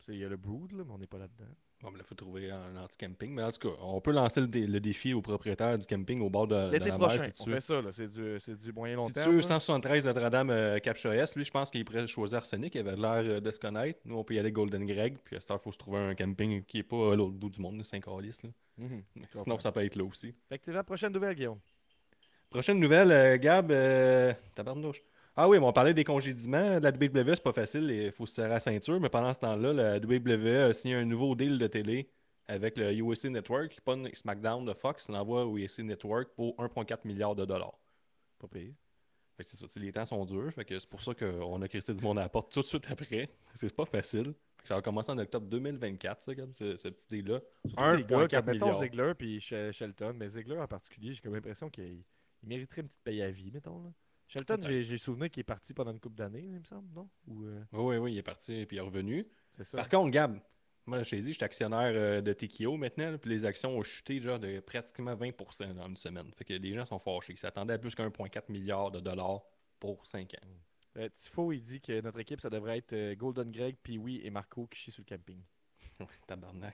il y a le Brood, là, mais on n'est pas là-dedans. Bon, mais là, il faut trouver un anti-camping. Mais en tout cas, on peut lancer le défi aux propriétaires du camping au bord de L'été la mer. prochain, Si on tu veux. fait ça. Là. C'est du moyen long Si tu terme. veux, là. 173 Notre-Dame Cap Choès, lui, je pense qu'il pourrait choisir Arsenic. Il avait l'air de se connaître. Nous, on peut y aller Golden Greg. Puis à cette heure, il faut se trouver un camping qui n'est pas à l'autre bout du monde, Saint-Calice. Mhm, je Sinon, comprends. ça peut être là aussi. Effectivement, prochaine nouvelle, Guillaume. Prochaine nouvelle, Gab, tabarnouche. Ah oui, mais on parlait des congédiements. La WWE, c'est pas facile, il faut se serrer la ceinture. Mais pendant ce temps-là, la WWE a signé un nouveau deal de télé avec le USA Network. Il prend SmackDown de Fox, il l'envoie au USA Network pour 1,4 milliard de dollars. Pas pire. Fait que c'est ça, les temps sont durs. Fait que c'est pour ça qu'on a crissé du monde à la porte tout de suite après. C'est pas facile. Fait que ça va commencer en octobre 2024, ça, comme ce petit deal-là. Surtout des gars 1,4 comme, mettons, milliard. Ziggler puis Shelton. Mais Ziggler en particulier, j'ai comme l'impression qu'il mériterait une petite paye à vie, mettons. Là. Shelton, Peut-être. j'ai souvenir qu'il est parti pendant une couple d'années, il me semble, non? Ou, Oui, il est parti puis il est revenu. c'est ça. Par contre, Gab, moi, je t'ai dit, je suis actionnaire de TKO maintenant, là, puis les actions ont chuté genre de pratiquement 20% dans une semaine. Fait que les gens sont fâchés. Ils s'attendaient à plus qu'1,4 milliard de dollars pour 5 ans. Tifo, il dit que notre équipe, ça devrait être Golden Greg, Pee-Wee et Marco qui chient sur le camping. Tabarnak.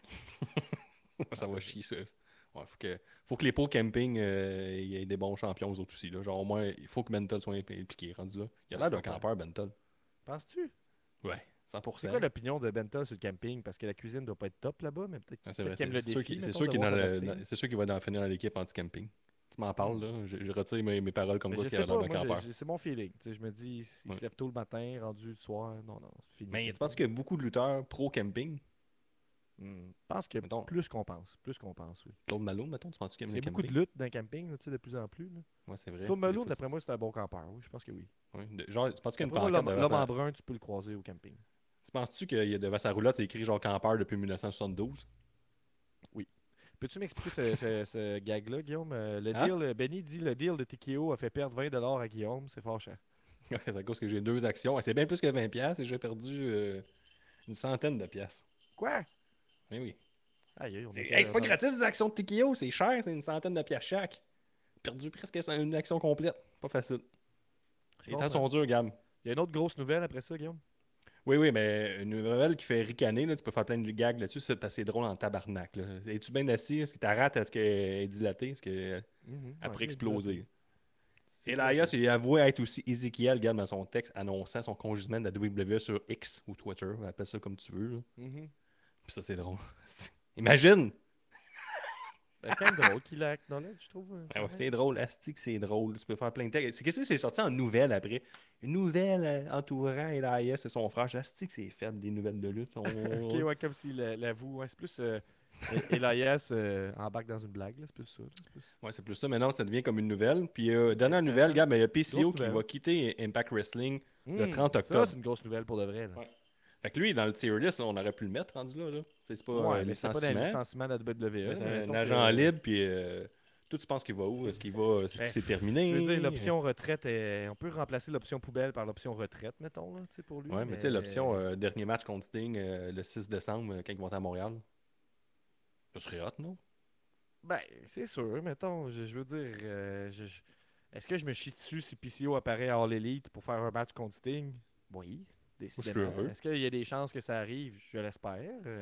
Ça va chier, ça. Ouais, faut que les pots camping il y ait des bons champions aux autres aussi. Là. Genre, au moins, il faut que Bentol soit impliqué, rendu là. Il a l'air d'un campeur, Bentol. Penses-tu? Ouais, 100%. C'est quoi l'opinion de Bentol sur le camping? Parce que la cuisine doit pas être top là-bas, mais peut-être Ah, c'est peut vrai, qu'il aime le c'est sûr défi. qu'il- c'est mettons, sûr qu'il est devoir dans le- s'adapter. dans- c'est sûr qu'il va finir dans l'équipe anti-camping. Tu m'en parles, là. Je retire mes paroles comme Mais quoi je qu'il a sais l'air pas, d'un moi, campeur. c'est mon feeling. Tu sais, je me dis, il Ouais. se lève tôt le matin, rendu le soir. Non, c'est fini. Mais tu penses qu'il y a beaucoup de lutteurs pro-camping? Je pense que Mettons. plus qu'on pense. Plus qu'on pense, oui. Claude Malone, mettons, tu penses qu'il aime Il y le a beaucoup de camping? luttes dans le camping, là, tu sais, de plus en plus. Là. Ouais, c'est vrai. Claude Des Malone, fois, d'après moi, c'est un bon campeur. Oui, je pense que oui. ouais. Genre, tu penses qu'il y a une D'après moi, pancarte l'homme devant l'homme en sa... brun, tu peux le croiser au camping. Tu penses-tu qu'il y a devant sa roulotte, c'est écrit genre campeur depuis 1972? Peux-tu m'expliquer ce gag-là, Guillaume? Le Hein? deal, Benny dit le deal de TKO a fait perdre 20$ à Guillaume. C'est fâchant. Ouais, c'est à cause que j'ai 2 actions. C'est bien plus que 20$ et j'ai perdu une centaine de piastres. Quoi? Oui, oui. Aïe, on C'est a hey, c'est pas gratis, ces actions de TKO, c'est cher, c'est une centaine de piastres chaque. Perdu presque une action complète. Pas facile. Je Les temps comprends. sont durs, Gab. Il y a une autre grosse nouvelle après ça, Guillaume? Oui, mais une nouvelle qui fait ricaner, là, tu peux faire plein de gags là-dessus, c'est assez drôle en tabarnak. Là. Es-tu bien assis? Est-ce que ta rate, est-ce qu'elle est dilatée? Est-ce qu'elle pourrait exploser? Elias, il a avoué être aussi Ezekiel, Gab, dans son texte annonçant son congédiement de la WWE sur X ou Twitter, appelle ça comme tu veux. Là. Puis ça, c'est drôle. Imagine! C'est quand même drôle qu'il a acknowledge, je trouve. Ah ouais, c'est drôle, Astic, c'est drôle. Tu peux faire plein de textes. Qu'est-ce que c'est sorti en nouvelle après? Une nouvelle entourant Elias et son frère. Astic, c'est faible des nouvelles de lutte. Ok, ouais, comme s'il l'avoue. Ouais, c'est plus Elias embarque dans une blague, là, c'est plus ça. là, c'est plus- Ouais, c'est plus ça. Maintenant, ça devient comme une nouvelle. Puis, dernière nouvelle, gars, ben, il y a PCO Grosse qui nouvelle. va quitter Impact Wrestling le 30 Ça, octobre. c'est une grosse nouvelle pour de vrai. Là. Ouais. Fait que lui, dans le tier list, là, on aurait pu le mettre rendu là. C'est pas Ouais, un mais c'est pas dans le licenciement. licenciement de la WWE. Ouais, c'est mais un mettons agent que- libre. Puis, toi, tu penses qu'il va où? Est-ce qu'il va. Est-ce que Bref, c'est terminé? Tu veux dire, l'option retraite, on peut remplacer l'option poubelle par l'option retraite, mettons, là, tu sais, pour lui. Ouais, mais tu sais, l'option dernier match contre Sting le 6 décembre, quand ils vont être à Montréal. Ça serait hot, non? Ben, c'est sûr, mettons, je veux dire, est-ce que je me chie dessus si PCO apparaît à All Elite pour faire un match contre Sting? Oui, décidément. heureux. Est-ce qu'il y a des chances que ça arrive? Je l'espère.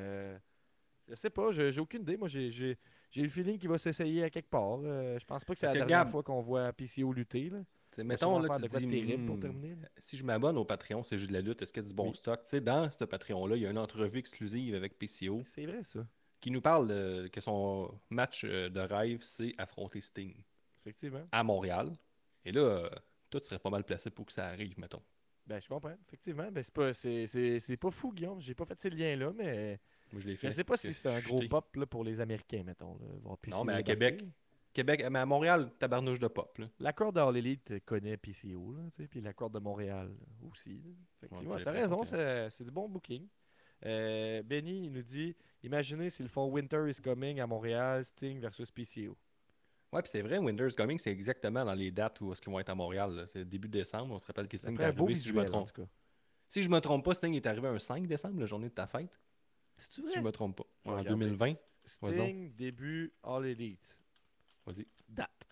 Je sais pas, j'ai aucune idée. Moi, j'ai le feeling qu'il va s'essayer à quelque part. Je pense pas que c'est la Parce que dernière Gab- fois qu'on voit PCO lutter. Là. T'sais, Il va mettons, sûrement là, faire tu de quoi te de dis, terrible pour terminer. Là. si je m'abonne au Patreon, c'est juste de la lutte, est-ce qu'il y a du bon Oui. stock? Tu sais, dans ce Patreon-là, il y a une entrevue exclusive avec PCO C'est vrai, ça. qui nous parle que son match de rêve, c'est affronter Sting Effectivement. à Montréal. Et là, tout serait pas mal placé pour que ça arrive, mettons. Ben, je comprends. Effectivement. Ben, c'est pas fou, Guillaume. J'ai pas fait ces liens-là, mais Moi, je l'ai je fait. sais pas si c'est un gros chuté. pop là, pour les Américains, mettons. Là, voir PCO Non, mais à débarquer. Québec, mais à Montréal, tabarnouche de pop. Là. La corde d'All Elite connaît PCO, là, tu sais, puis la corde de Montréal aussi. Là. Fait que, Ouais, ouais, j'ai t'as l'impression raison, que- c'est du bon booking. Benny, il nous dit imaginez s'ils font Winter is Coming à Montréal, Sting versus PCO. Ouais, puis c'est vrai, Winter's Coming, c'est exactement dans les dates où est-ce qu'ils vont être à Montréal. Là. C'est début décembre. On se rappelle que Ça Sting est ferait un beau arrivé, si je me visuel, en trompe. tout cas. Si je me trompe pas, Sting est arrivé un 5 décembre, la journée de ta fête. C'est-tu Si je me trompe pas. Je vais En regarder. 2020. Vas-y donc. Sting, début, All Elite. Vas-y. Date.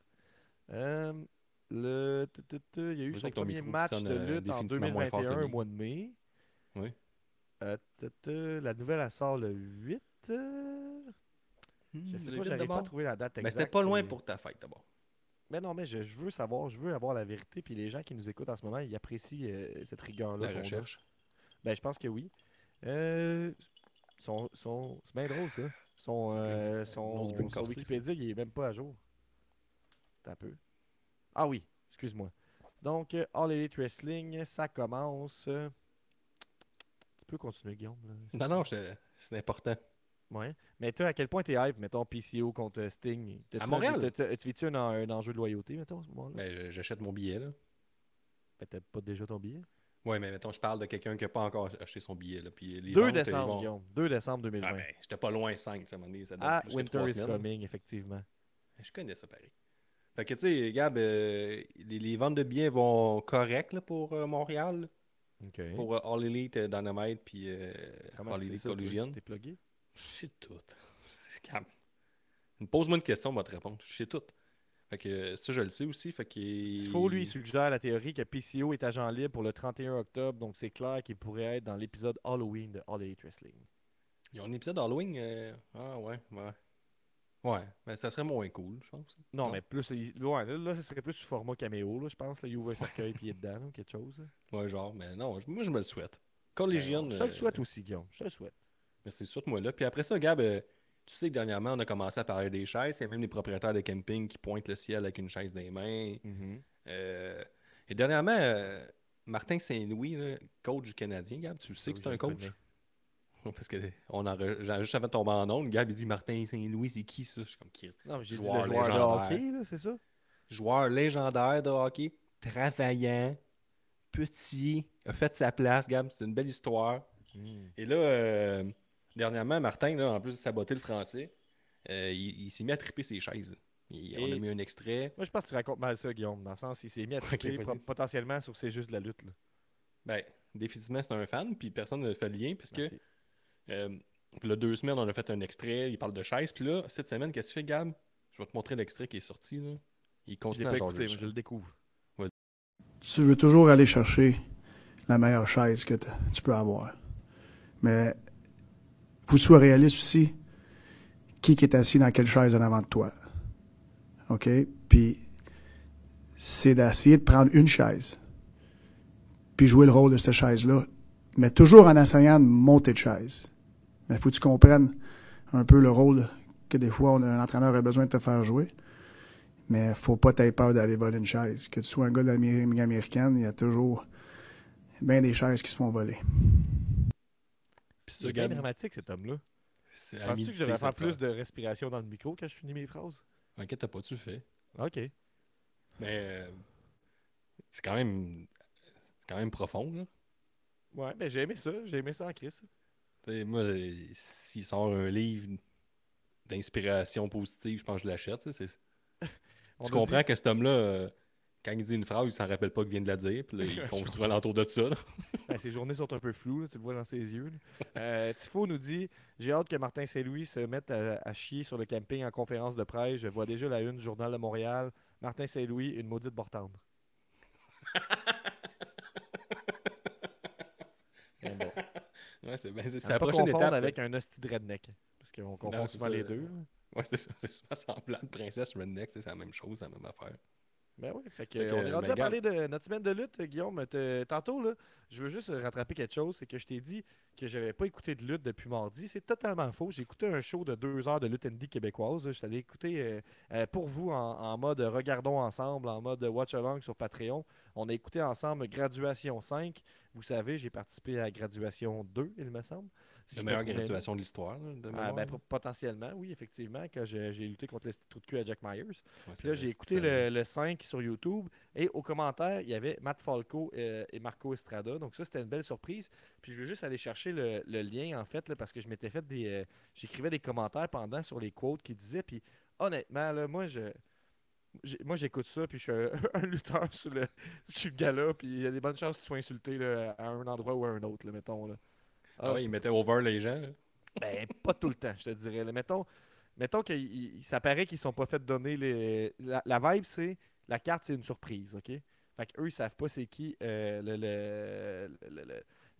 Il y a eu Vas-y son avec ton premier micro qui match sonne, de lutte en définitivement moins fort que 2021 au lui. mois de mai. Oui. La nouvelle, elle sort le 8. Je sais pas, j'arrive pas à trouver la date exacte. Mais c'était pas loin pour ta fête d'abord. Mais non, mais je veux savoir, je veux avoir la vérité. Puis les gens qui nous écoutent en ce moment, ils apprécient cette rigueur-là. La qu'on a. recherche. Ben, je pense que oui. C'est bien drôle, ça. Son Wikipédia, il est même pas à jour. T'as un peu. Ah oui, excuse-moi. Donc, All Elite Wrestling, ça commence. Tu peux continuer, Guillaume. Là. Non, c'est important. Ouais. Mais toi, à quel point t'es hype, mettons, PCO contre Sting? À Montréal? Tu vis-tu un enjeu de loyauté, mettons, à ce moment-là? Ben, j'achète mon billet, là. Ben, t'as pas déjà ton billet? Ouais, mais mettons, je parle de quelqu'un qui n'a pas encore acheté son billet, là. Puis les 2 ventes, décembre, ils vont... Guillaume. 2 décembre 2020. Ah, ben, j'étais pas loin 5, ça m'a donné. Ça date plus que Winter 3 is semaines. coming, effectivement. Je connais ça, pareil. Fait que, tu sais, Gab, les ventes de billets vont correct, là, pour Montréal. OK. Pour All Elite Comment Dynamite, puis tu All sais Elite ça, toi? Collision. T'es plugué? Je sais tout. Gab, pose-moi une question, on va te répondre. Je sais tout. Fait que ça, je le sais aussi. Fait que... Tifo, lui, il suggère la théorie que PCO est agent libre pour le 31 octobre, donc c'est clair qu'il pourrait être dans l'épisode Halloween de All Elite Wrestling. Ils ont un épisode Halloween. Ah ouais. Ouais, mais ça serait moins cool, je pense. Non, mais plus. Ouais, là, ça serait plus sous format caméo, là, je pense. Là, il ouvre un cercueil puis il est dedans, là, quelque chose. Là. Ouais, genre, mais non, moi je me le souhaite. Collision. Je te le souhaite aussi, Guillaume. Je te le souhaite. Mais c'est sûr, moi là. Puis après ça, Gab, tu sais que dernièrement, on a commencé à parler des chaises. Il y a même des propriétaires de camping qui pointent le ciel avec une chaise dans les mains. Et dernièrement, Martin Saint-Louis, là, coach du Canadien, Gab, tu le sais que c'est un coach? Parce que juste avant de tomber en ondes, Gab, il dit Martin Saint-Louis, c'est qui ça? Je suis comme qui? Non, mais j'ai dit Joueur le joueur de légendaire. hockey, là, c'est ça? Joueur légendaire de hockey, travaillant, petit, a fait sa place, Gab, c'est une belle histoire. Et là, dernièrement, Martin, là, en plus de saboter le français, il s'est mis à triper ses chaises. On a mis un extrait. Moi, je pense que tu racontes mal ça, Guillaume, dans le sens il s'est mis à triper potentiellement sur C'est juste de la lutte. Là. Ben, définitivement, c'est un fan, puis personne ne fait le lien parce que là, 2 semaines, on a fait un extrait, il parle de chaises, puis là, cette semaine, qu'est-ce que tu fais, Gab? Je vais te montrer l'extrait qui est sorti. Là. Il continue à écouté, changer. je le découvre. Tu veux toujours aller chercher la meilleure chaise que tu peux avoir. Mais faut que tu sois réaliste aussi. Qui est assis dans quelle chaise en avant de toi? OK? Puis, c'est d'essayer de prendre une chaise, puis jouer le rôle de cette chaise-là, mais toujours en essayant de monter de chaise. Mais il faut que tu comprennes un peu le rôle que des fois un entraîneur a besoin de te faire jouer. Mais faut pas t'avoir peur d'aller voler une chaise. Que tu sois un gars de la Ligue américaine, il y a toujours bien des chaises qui se font voler. C'est bien dramatique, cet homme-là. Penses-tu que je devrais faire plus de respiration dans le micro quand je finis mes phrases? Inquiète pas, tu le fais. OK. Mais c'est quand même profond, là. Ouais, ben j'ai aimé ça en Chris. Moi, s'il sort un livre d'inspiration positive, je pense que je l'achète. Tu comprends que cet homme-là, quand il dit une phrase, il s'en rappelle pas qu'il vient de la dire, puis là, il construit alentour de ça. Ben, ses journées sont un peu floues, là, tu le vois dans ses yeux. Tifo nous dit « J'ai hâte que Martin Saint-Louis se mette à chier sur le camping en conférence de presse. Je vois déjà la une du Journal de Montréal. Martin Saint-Louis, une maudite bortande. » Bon. Ouais, c'est la prochaine étape avec un hostie de redneck. Parce qu'on confond souvent les deux. Ouais, c'est ça. C'est souvent semblant de princesse redneck. C'est la même chose, la même affaire. Ben oui, on est rendu à parler de notre semaine de lutte, Guillaume. Tantôt, là, je veux juste rattraper quelque chose. C'est que je t'ai dit que j'avais pas écouté de lutte depuis mardi. C'est totalement faux. J'ai écouté un show de 2 heures de lutte indie québécoise. Je t'allais écouter pour vous en mode regardons ensemble, en mode watch along sur Patreon. On a écouté ensemble Graduation 5. Vous savez, j'ai participé à Graduation 2, il me semble. La meilleure graduation de l'histoire. Potentiellement, oui, effectivement, quand j'ai lutté contre le trou de cul à Jack Myers. Ouais, puis là, j'ai écouté le 5 sur YouTube et aux commentaires, il y avait Matt Falco et Marco Estrada. Donc ça, c'était une belle surprise. Puis je vais juste aller chercher le lien, en fait, là, parce que je m'étais fait j'écrivais des commentaires pendant sur les quotes qui disaient. Puis honnêtement, là, moi, j'écoute ça, puis je suis un lutteur sur le gala, puis il y a des bonnes chances que tu sois insulté là, à un endroit ou à un autre, là, mettons. Là. Ah oui, il mettait over les gens. Là. Ben, pas tout le temps, je te dirais. Là. Mettons que ça paraît qu'ils sont pas fait donner la vibe, c'est la carte, c'est une surprise, OK? Fait qu'eux, ils savent pas c'est qui ils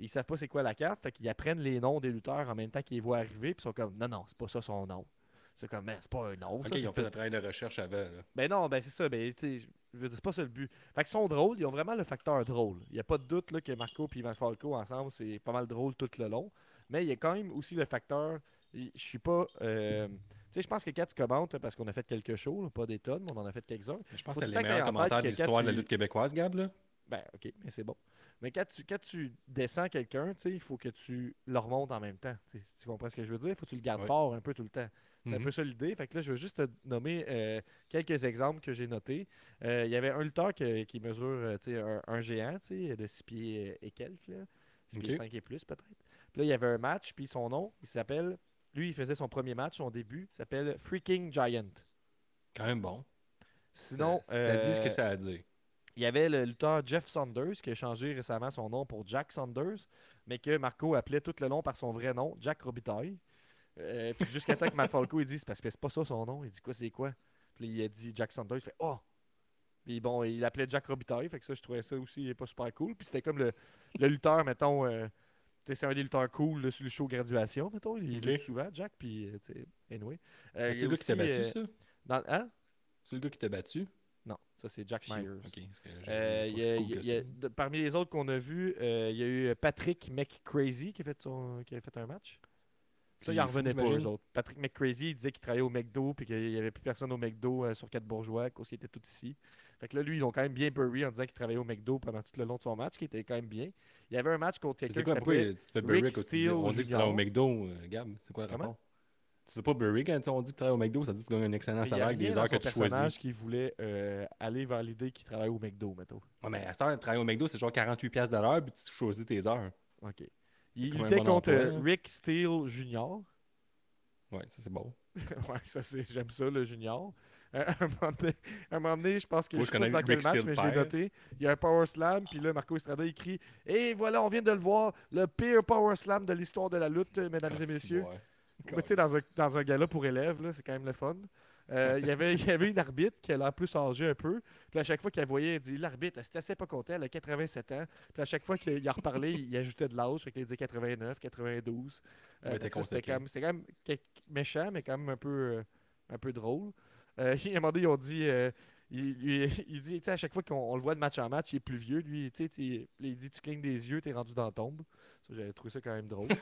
Ils savent pas c'est quoi la carte, fait qu'ils apprennent les noms des lutteurs en même temps qu'ils les voient arriver, puis ils sont comme non, c'est pas ça son nom. C'est comme, mais c'est pas un nom. Ok, ça, ils ont c'est fait tout. le travail de recherche avant. Là. Ben non, ben c'est ça. Ben, tu sais, je veux dire, c'est pas ça le but. Fait qu'ils sont drôles, ils ont vraiment le facteur drôle. Il n'y a pas de doute là, que Marco et Matt Falco ensemble, c'est pas mal drôle tout le long. Mais il y a quand même aussi le facteur. Je suis pas. Tu sais, je pense que quand tu commentes, parce qu'on a fait quelques shows, là, pas des tonnes, mais on en a fait quelques-uns. Je pense Faut que tout c'est le les temps que t'aies meilleurs en tête commentaires de que l'histoire quand de la tu- lutte québécoise, Gab. Là. Ben, ok, mais c'est bon. Mais quand tu descends quelqu'un, tu sais, il faut que tu le remontes en même temps. Tu comprends ce que je veux dire? Il faut que tu le gardes Ouais. fort un peu tout le temps. C'est un Mhm. peu ça l'idée. Fait que là, je vais juste te nommer quelques exemples que j'ai notés. Il y avait un lutteur qui mesure tu sais, un géant, tu sais, de 6 pieds et quelques, là. 6 pieds Ok. 5 et plus peut-être. Puis là, il y avait un match, puis son nom, il s'appelle. Lui, il faisait son premier match, son début, il s'appelle Freaking Giant. Quand même bon. Sinon, Ça dit ce que ça a à dire. il y avait le lutteur Jeff Saunders qui a changé récemment son nom pour Jack Saunders, mais que Marco appelait tout le long par son vrai nom, Jack Robitaille. Puis jusqu'à temps que Matt Falco il dit c'est parce que c'est pas ça son nom. Il dit quoi, c'est quoi? Puis il a dit Jack Saunders, il fait oh! Puis bon, il l'appelait Jack Robitaille, fait que ça, je trouvais ça aussi pas super cool. Puis c'était comme le lutteur, mettons, tu sais, c'est un des lutteurs cool là, sur le show Graduation, mettons. Il Ok. lutte souvent, Jack, puis tu sais, anyway. C'est Il y le a gars qui t'a aussi, battu, ça? Hein? C'est le gars qui t'a battu? Non, ça c'est Jack Phew, Myers. Ok, parce que Il y a- il y a- parmi les autres qu'on a vus, il y a eu Patrick McCrazy qui a fait un match. Ça, il en Fou, revenait pas, j'imagine. eux autres. Patrick McCrazy, il disait qu'il travaillait au McDo puis qu'il n'y avait plus personne au McDo sur 4 Bourgeois, parce qu'il était tout ici. Fait que là, lui, ils l'ont quand même bien bury en disant qu'il travaillait au McDo pendant tout le long de son match, qui était quand même bien. Il y avait un match contre quelqu'un C'est qui quoi, pourquoi s'appelait tu fais Rick bury quand tu dis, Steele on dit que tu Jr. travailles au McDo, Gab? C'est quoi le Comment? rapport? Tu fais pas bury quand on dit que tu travailles au McDo, ça dit que tu gagnes un excellent Mais il y a salaire avec rien des dans heures son que tu personnage choisis. qui voulait aller vers l'idée qu'il travaille au McDo, mettons. Ouais, mais à cette heure, travailler au McDo, c'est genre 48$ de l'heure, puis tu choisis tes heures. OK. Il quand même luttait bon contre emploi, hein. Rick Steele Jr. Ouais, ça c'est bon. Ouais, ça c'est j'aime ça le junior. Un moment donné, je pense que Moi, je je sais pas connais c'est dans quel Rick match, Steele mais je l'ai père. noté. Il y a un power slam, puis là Marco Estrada il crie et voilà, on vient de le voir, le pire power slam de l'histoire de la lutte, mesdames et messieurs. Mais tu sais, dans un gala pour élèves, là, c'est quand même le fun. Il y avait une arbitre qui a l'air plus âgée un peu. Puis à chaque fois qu'elle voyait, elle dit l'arbitre, elle s'était assez pas contente, elle a 87 ans. Puis à chaque fois qu'il a reparlé, il ajoutait de l'âge. Fait qu'il disait 89, 92. Ouais, t'es Donc ça, conséquent. c'est quand même méchant, mais quand même un peu drôle. Il y a un moment donné, ils ont dit. Il dit, tu sais, à chaque fois qu'on le voit de match en match, il est plus vieux. Lui, tu sais, il dit, tu clignes des yeux, t'es rendu dans la tombe. Ça, j'avais trouvé ça quand même drôle.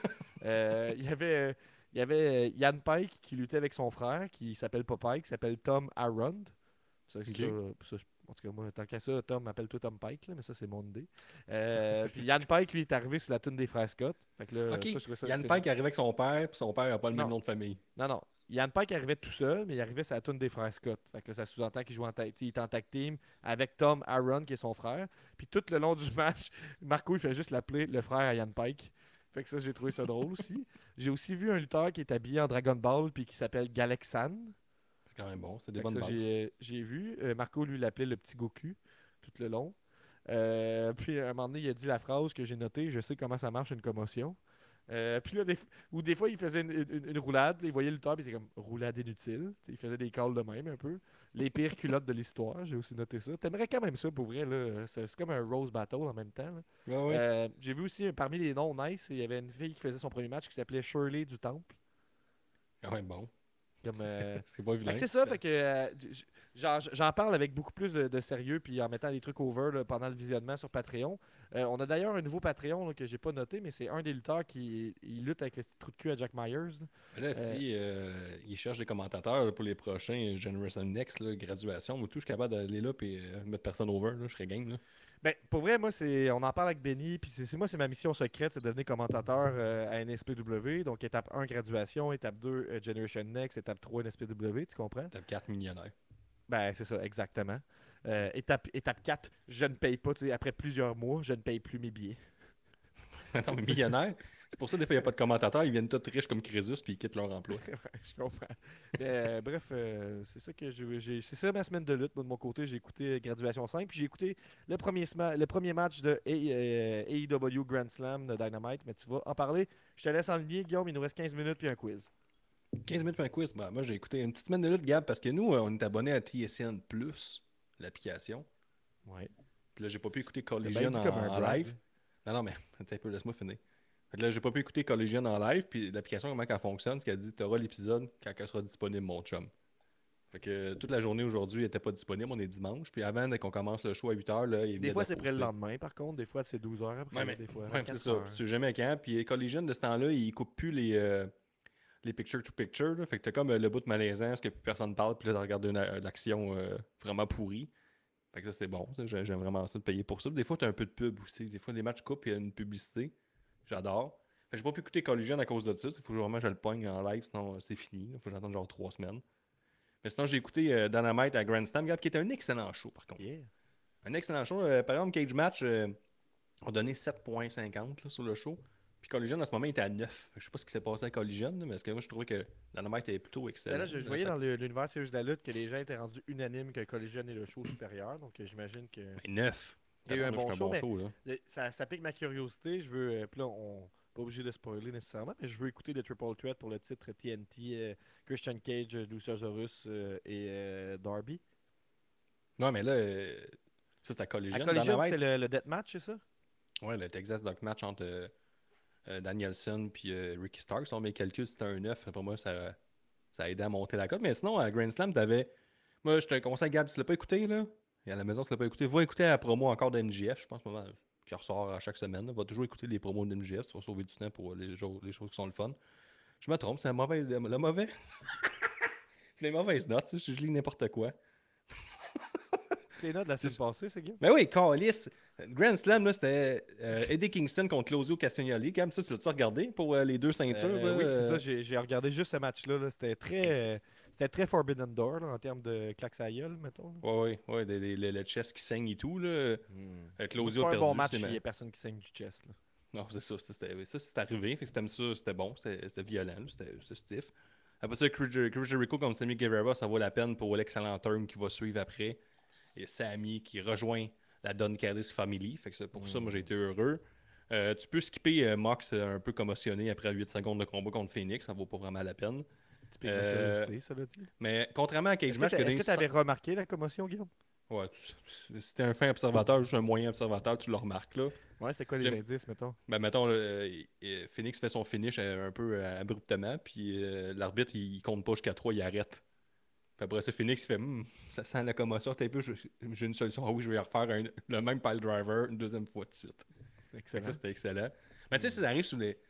Il y avait Yann Pike qui luttait avec son frère, qui s'appelle Popeye, qui s'appelle Tom Arund. En tout cas, moi, tant qu'à ça, Tom, appelle-toi Tom Pike, là, mais ça, c'est mon idée. Puis Yann Pike, lui, est arrivé sur la tune des frères Scott. Fait que là, Ok, ça, je trouvais ça Yann excellent. Pike arrive avec son père, puis son père n'a pas le même Non. nom de famille. Non. Yann Pike arrivait tout seul, mais il arrivait sur la tune des frères Scott. Fait que là, ça sous-entend qu'il joue en tag, il est en tag team avec Tom Aaron, qui est son frère. Puis tout le long du match, Marco, il fait juste l'appeler le frère à Yann Pike. Fait que ça, j'ai trouvé ça drôle aussi. J'ai aussi vu un lutteur qui est habillé en Dragon Ball puis qui s'appelle Galexan. C'est quand même bon, c'est des Fait que bonnes ça, bases. j'ai vu. Marco, lui, l'appelait le petit Goku tout le long. Puis à un moment donné, il a dit la phrase que j'ai notée, je sais comment ça marche une commotion. Puis là, des fois, il faisait une roulade, puis il voyait le lutteur, puis c'est comme roulade inutile. T'sais, il faisait des calls de même un peu. Les pires culottes de l'histoire, j'ai aussi noté ça. T'aimerais quand même ça pour vrai, là. C'est comme un Rose Battle en même temps. Là. Ouais, ouais. J'ai vu aussi, parmi les noms nice, il y avait une fille qui faisait son premier match qui s'appelait Shirley du Temple. Quand même bon. Comme, C'est pas Fait vilain. que c'est ça, fait que j'en parle avec beaucoup plus de sérieux puis en mettant des trucs over là, pendant le visionnement sur Patreon. On a d'ailleurs un nouveau Patreon là, que j'ai pas noté, mais c'est un des lutteurs qui il lutte avec le petit trou de cul à Jack Myers. Là. Mais là, si il cherche des commentateurs là, pour les prochains Generation Next, là, graduation, ou tout, je suis capable d'aller là et mettre personne over, là, je serais game. Là. Ben, pour vrai, moi, on en parle avec Benny, puis moi, c'est ma mission secrète, c'est de devenir commentateur à NSPW. Donc, étape 1, graduation, étape 2, Generation Next, étape 3, NSPW, tu comprends? T'as 4 millionnaires. Ben, c'est ça, exactement. Étape 4, je ne paye pas, tu sais, après plusieurs mois, je ne paye plus mes billets. Non, mais millionnaire. C'est pour ça, des fois, il n'y a pas de commentateurs. Ils viennent tous riches comme Crésus puis ils quittent leur emploi. Ouais, je comprends. Mais, bref, c'est ça que c'est ça ma semaine de lutte. Moi, de mon côté, j'ai écouté Graduation 5, puis j'ai écouté le premier match de AEW Grand Slam de Dynamite, mais tu vas en parler. Je te laisse en ligne, Guillaume, il nous reste 15 minutes puis un quiz. 15 minutes pour un quiz. Ben, moi, j'ai écouté une petite semaine de lutte, Gab, parce que nous, on est abonné à TSN Plus, l'application. Ouais. Puis là, j'ai pas pu écouter C'est bien Collision dit comme un en brag. live. Non, mais attends un peu, laisse-moi finir. Fait que là, j'ai pas pu écouter Collision en live, puis l'application, comment elle fonctionne, c'est qu'elle dit t'auras l'épisode quand elle sera disponible, mon chum. Fait que toute la journée aujourd'hui, elle était pas disponible, on est dimanche, puis avant qu'on commence le show à 8h, là, il Des venait fois, de c'est la près le poster. lendemain, par contre. Des fois, c'est 12 heures après. Ouais, mais, Des fois, ouais, c'est 24 ça. heures. Tu sais jamais quand. Puis Collision, de ce temps-là, il coupe plus les picture-to-picture. Là. Fait que t'as comme le bout de malaisant, parce que plus personne parle, puis là, t'as regardé une action vraiment pourrie. Fait que ça, c'est bon. Ça, j'aime vraiment ça de payer pour ça. Puis des fois, t'as un peu de pub aussi. Des fois, les matchs coupent, il y a une publicité. J'adore. Fait que j'ai pas pu écouter Collision à cause de ça. Il faut que vraiment que je le pogne en live, sinon c'est fini. Il faut que j'attende genre 3 semaines. Mais sinon, j'ai écouté Dynamite à Grand Slam, qui était un excellent show, par contre. Yeah. Un excellent show. Par exemple, Cage Match a donné 7,50 là, sur le show. Puis Collision, à ce moment, il était à 9. Je sais pas ce qui s'est passé à Collision, mais parce que moi, je trouvais que Dynamite était plutôt excellent. Là, je voyais dans l'univers c'est juste de la lutte que les gens étaient rendus unanimes que Collision est le show supérieur. Donc, j'imagine que. Mais 9. Il y a eu un bon show, mais show là. Ça pique ma curiosité. Je veux. Puis là, on n'est pas obligé de spoiler nécessairement, mais je veux écouter le Triple Threat pour le titre TNT, Christian Cage, Luchasaurus et Darby. Non, mais là, ça c'était à Collision. À Collision, Dynamite, c'était le Deathmatch, c'est ça? ouais, le Texas Dark Match entre Danielson et Ricky Starks. Sur mes calculs, c'était un 9. Pour moi, ça a aidé à monter la cote. Mais sinon, à Grand Slam, t'avais. Moi, je te conseille, Gab, si tu l'as pas écouté, là. Et à la maison, si tu l'as pas écouté, va écouter la promo encore de MJF. Je pense qui ressort à chaque semaine. Là. Va toujours écouter les promos de MJF. Tu vas sauver du temps pour les choses qui sont le fun. Je me trompe, c'est le mauvais. C'est les mauvaises notes. Je lis n'importe quoi. C'est là de la semaine passée, c'est Guillaume? Mais oui, Callis. Grand Slam, là, c'était Eddie Kingston contre Claudio Castagnoli. Gab, ça, tu l'as-tu regardé pour les deux ceintures? là, Oui, c'est ça. J'ai regardé juste ce match-là. Là. C'était très Forbidden Door là, en termes de claques à gueule, mettons. Là. Ouais, le chest qui saigne et tout. Là. Claudio C'est a pas un perdu. bon match, il n'y a personne qui saigne du chest. Là. Non, c'est ça. C'est arrivé. Fait que c'était bon. C'était violent. C'était stiff. Après ça, Chris Jericho comme Sammy Guevara, ça vaut la peine pour l'excellent terme qui va suivre après. Et Sammy qui rejoint la Don Callis Family. Fait que c'est pour ça, moi, j'ai été heureux. Tu peux skipper Mox un peu commotionné après 8 secondes de combat contre Phoenix. Ça vaut pas vraiment la peine. Tu piques ma curiosité, ça l'a dit. Mais contrairement à Cage Match... Est-ce que tu avais remarqué la commotion, Guillaume? Ouais, si t'es un fin observateur, juste un moyen observateur, tu le remarques, là. Ouais, c'était quoi les indices, mettons? Ben, mettons, Phoenix fait son finish un peu abruptement, puis l'arbitre, il compte pas jusqu'à 3, il arrête. Puis après ça, Phoenix, il fait ça sent la commotion, t'es un peu, j'ai une solution. Ah oui, je vais refaire le même pile driver une deuxième fois de suite. Excellent. Ça, c'était excellent. Mais tu sais, ça arrive sur les.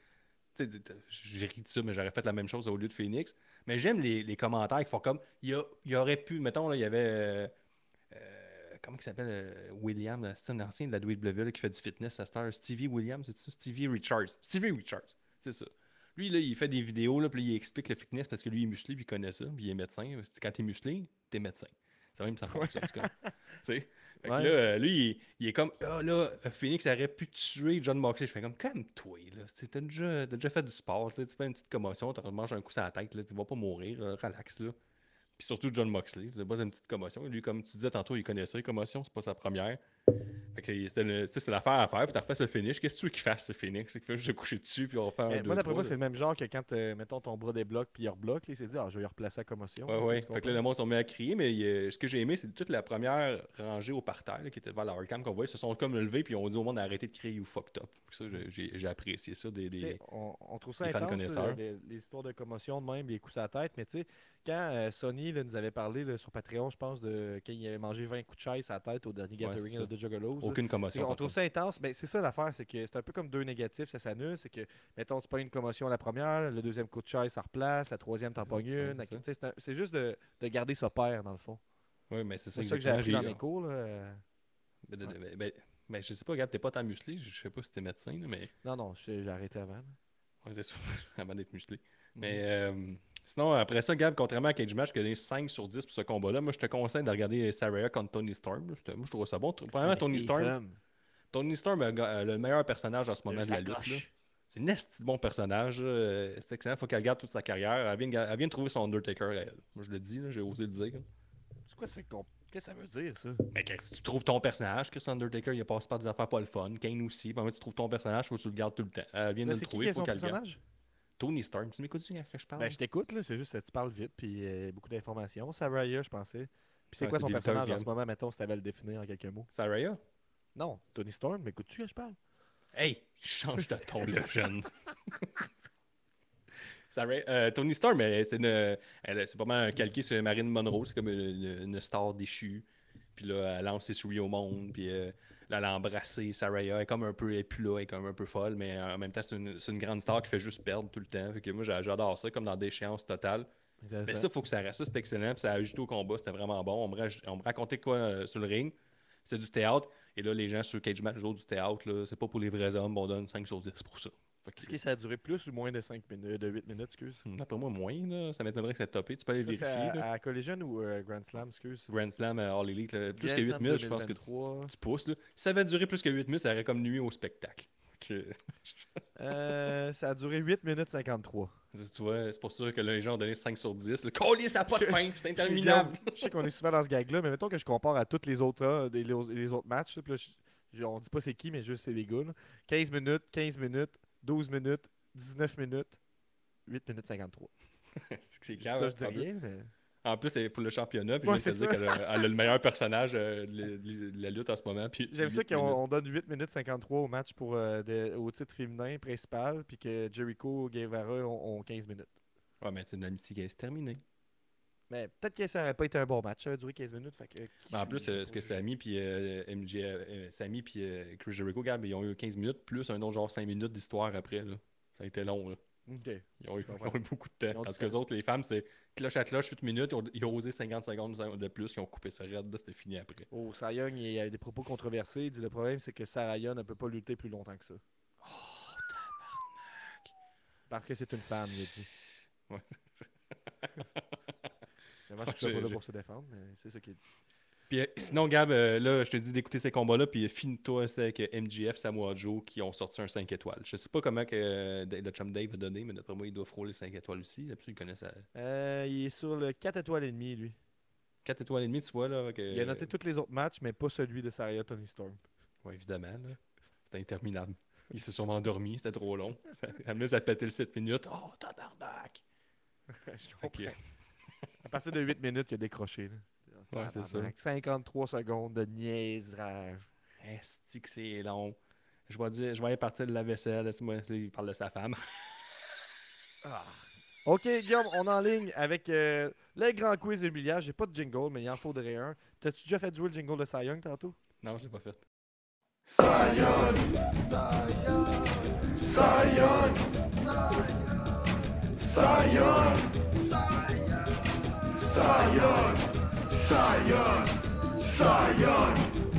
J'ai ri de ça, mais j'aurais fait la même chose au lieu de Phoenix. Mais j'aime les commentaires qui font comme. Il y aurait pu. Mettons, là, il y avait. Comment il s'appelle William, c'est un ancien de la WWE là, qui fait du fitness à cette heure. Stevie Williams, c'est ça? Stevie Richards, c'est ça. Lui, là, il fait des vidéos, là, puis il explique le fitness parce que lui, il est musclé, puis il connaît ça, puis il est médecin. Quand t'es musclé, t'es médecin. C'est même ça fonctionne. Tu sais? Fait que là, lui, il est comme, là, Phoenix aurait pu tuer John Moxley. Je fais comme, calme-toi, là. T'as déjà fait du sport, tu fais une petite commotion, tu manges un coup sur la tête, là, tu vas pas mourir, là, relax, là. Puis surtout John Moxley, c'est pas une petite commotion. Lui, comme tu disais tantôt, il connaissait les commotions, c'est pas sa première. Fait que c'est l'affaire à faire, puis t'as refait ce finish. Qu'est-ce que tu veux qu'il fasse, ce Phoenix? C'est qu'il fait juste se coucher dessus, puis on va faire un 2, moi, d'après moi, c'est là. le même genre que quand, mettons, ton bras débloque, puis il rebloque, il s'est dit, je vais y replacer la commotion. Ouais. Fait que là, le monde s'est mis à crier, mais ce que j'ai aimé, c'est toute la première rangée au parterre, là, qui était devant la hardcam qu'on voyait, se sont comme levés, puis on dit au monde d'arrêter de crier ou fucked up. Ça, j'ai apprécié ça. On trouve ça des fans intense, connaisseurs. les histoires de commotion de même, les coups à la tête, mais tu sais, quand Sony là, nous avait parlé là, sur Patreon, je pense, de quand il avait mangé 20 coups de chaise à la tête au dernier Gathering c'est ça. de Juggalos. Aucune commotion. On trouve ça intense, mais c'est ça l'affaire, c'est que c'est un peu comme deux négatifs, ça s'annule, c'est que, mettons, tu pognes une commotion la première, le deuxième coup de chaise, ça replace, la troisième, t'en pognes une. C'est juste de garder ça pair, dans le fond. Oui, mais c'est ça. C'est ça que j'ai appris dans mes cours. Là. Ben, je sais pas, regarde, t'es pas tant musclé, je sais pas si t'es médecin, là, mais. Non, j'ai arrêté avant. Là. Ouais, c'est sûr, avant d'être musclé. Mais sinon, après ça, Gab, contrairement à Cage Match, qui a donné 5 sur 10 pour ce combat-là, moi, je te conseille de regarder Saraya contre Tony Storm. Moi, je trouve ça bon. Premièrement, Tony Storm a le meilleur personnage en ce moment de la lutte. Là. C'est un esti de bon personnage. C'est excellent. Faut qu'elle garde toute sa carrière. Elle vient de trouver son Undertaker. Moi, je le dis, là, j'ai osé le dire. C'est quoi qu'est-ce que ça veut dire, ça? Mais si tu trouves ton personnage, Chris Undertaker, il passe par des affaires pas le fun. Kane aussi. Puis tu trouves ton personnage, faut que tu le gardes tout le temps. Elle vient de le trouver, faut qu'elle le garde. Tony Storm. Tu m'écoutes quand je parle? Ben, je t'écoute, là. C'est juste que tu parles vite, puis beaucoup d'informations. Saraya, je pensais. Puis c'est quoi son personnage en ce moment, mettons, si tu avais à le définir en quelques mots? Saraya? Non, Tony Storm, m'écoutes-tu quand je parle? Hey, change de ton, le jeune. Tony Storm, c'est pas mal calqué sur Marilyn Monroe. C'est comme une star déchue. Puis là, elle lance ses souliers au monde. Puis là, elle a embrassé Saraya. Elle est comme un peu, elle est plus là, elle est comme un peu folle. Mais en même temps, c'est une grande star qui fait juste perdre tout le temps. Fait que moi, j'adore ça, comme dans Déchéance totale. Mais ça, il faut que ça reste. Ça, c'était excellent. Puis ça a ajouté au combat. C'était vraiment bon. On me racontait quoi sur le ring. C'est du théâtre. Et là, les gens sur Cage Match jouent du théâtre. Là. C'est pas pour les vrais hommes. On donne 5 sur 10 pour ça. Est-ce que ça a duré plus ou moins de 5 minutes, de 8 minutes, excuse? D'après moi, moins. Là. Ça m'étonnerait que ça ait topé. Tu peux aller Ça, c'est vérifier. à Collision ou Grand Slam, excuse? Grand Slam, All Elite. Là, plus Grand que 8 Slam minutes, je pense que 2023. tu pousses. Là. Si ça avait duré plus que 8 minutes, ça aurait comme nuit au spectacle. Ça a duré 8 minutes 53. Tu vois, c'est pour ça que là, les gens ont donné 5 sur 10. Le collier, ça n'a pas de fin. C'est interminable. Je sais qu'on est souvent dans ce gag-là, mais mettons que je compare à tous les autres, les autres matchs. Là, puis là, on dit pas c'est qui, mais juste c'est les gars. Là. 15 minutes, 15 minutes, 12 minutes, 19 minutes, 8 minutes 53. C'est clair. Ça, je dis rien, mais... En plus, c'est pour le championnat. Puis Ouais, je vais te dire qu'elle a le meilleur personnage de la lutte en ce moment. Puis J'aime ça qu'on donne 8 minutes 53 au match au titre féminin principal, puis que Jericho et Guevara ont 15 minutes. Ouais, mais c'est une amitié qui est terminée. Mais peut-être que ça n'aurait pas été un bon match. Ça aurait duré 15 minutes. Fait que, En plus, ce que Sami puis Sami puis Chris Jericho, regarde, ils ont eu 15 minutes plus un autre genre 5 minutes d'histoire après. Là. Ça a été long. Là. Okay. Ils ont eu beaucoup de temps. Parce que les autres, les femmes, c'est cloche à cloche, 8 minutes. Ils ont osé 50 secondes de plus. Ils ont coupé ça raide. C'était fini après. Oh, Cy Young, il y a des propos controversés. Il dit le problème, c'est que Saraya ne peut pas lutter plus longtemps que ça. Oh, tabarnak. Parce que c'est une femme, il a dit. Ouais. Moi, je suis pas là pour se défendre, mais c'est ça qu'il dit. Puis sinon, Gab, là, je te dis d'écouter ces combats-là, puis finis-toi avec MJF, Samoa Joe qui ont sorti un 5 étoiles. Je sais pas comment que le chum Dave a donné, mais d'après moi, il doit frôler 5 étoiles aussi. Là, il connaît ça. Il est sur le 4 étoiles et demi, lui. 4 étoiles et demi, tu vois. Là, Il a noté tous les autres matchs, mais pas celui de Saraya Tony Storm. Oui, évidemment. Là. C'était interminable. Il s'est sûrement endormi, c'était trop long. Ça a pété le 7 minutes. Oh, tabarnak! Je comprends. À partir de 8 minutes, il a décroché. Là. Ouais, c'est ça. 53 secondes de niaisage. Est-ce que c'est long? Je vais aller partir de la vaisselle. Laisse-moi, il parle de sa femme. Ok, Guillaume, on est en ligne avec le grand quiz immobilier. J'ai pas de jingle, mais il en faudrait un. T'as-tu déjà fait jouer le jingle de Cy Young tantôt? Non, je l'ai pas fait. Cy Young, Cy Young, Cy Young, Cy Young, Cy Young, Cy Young, Cy Young.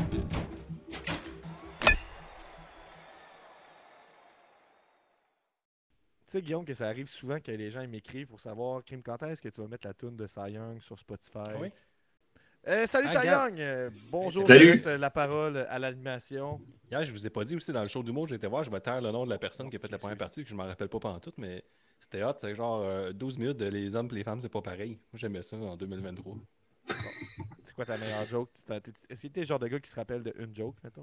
Tu sais, Guillaume, que ça arrive souvent que les gens ils m'écrivent pour savoir, Kim, quand est-ce que tu vas mettre la tune de Cy Young sur Spotify? Oui. Salut Cy Young! Bonjour, Salut. je laisse la parole à l'animation. Hier, je vous ai pas dit aussi dans le show d'humour, j'ai été voir, je vais taire le nom de la personne qui a fait la première partie, que je m'en rappelle pas pendant tout, mais c'était hot, c'est genre 12 minutes de les hommes et les femmes, c'est pas pareil. Moi, j'aimais ça en 2023. C'est quoi ta meilleure joke? Est-ce que t'es le genre de gars qui se rappelle de une joke, mettons?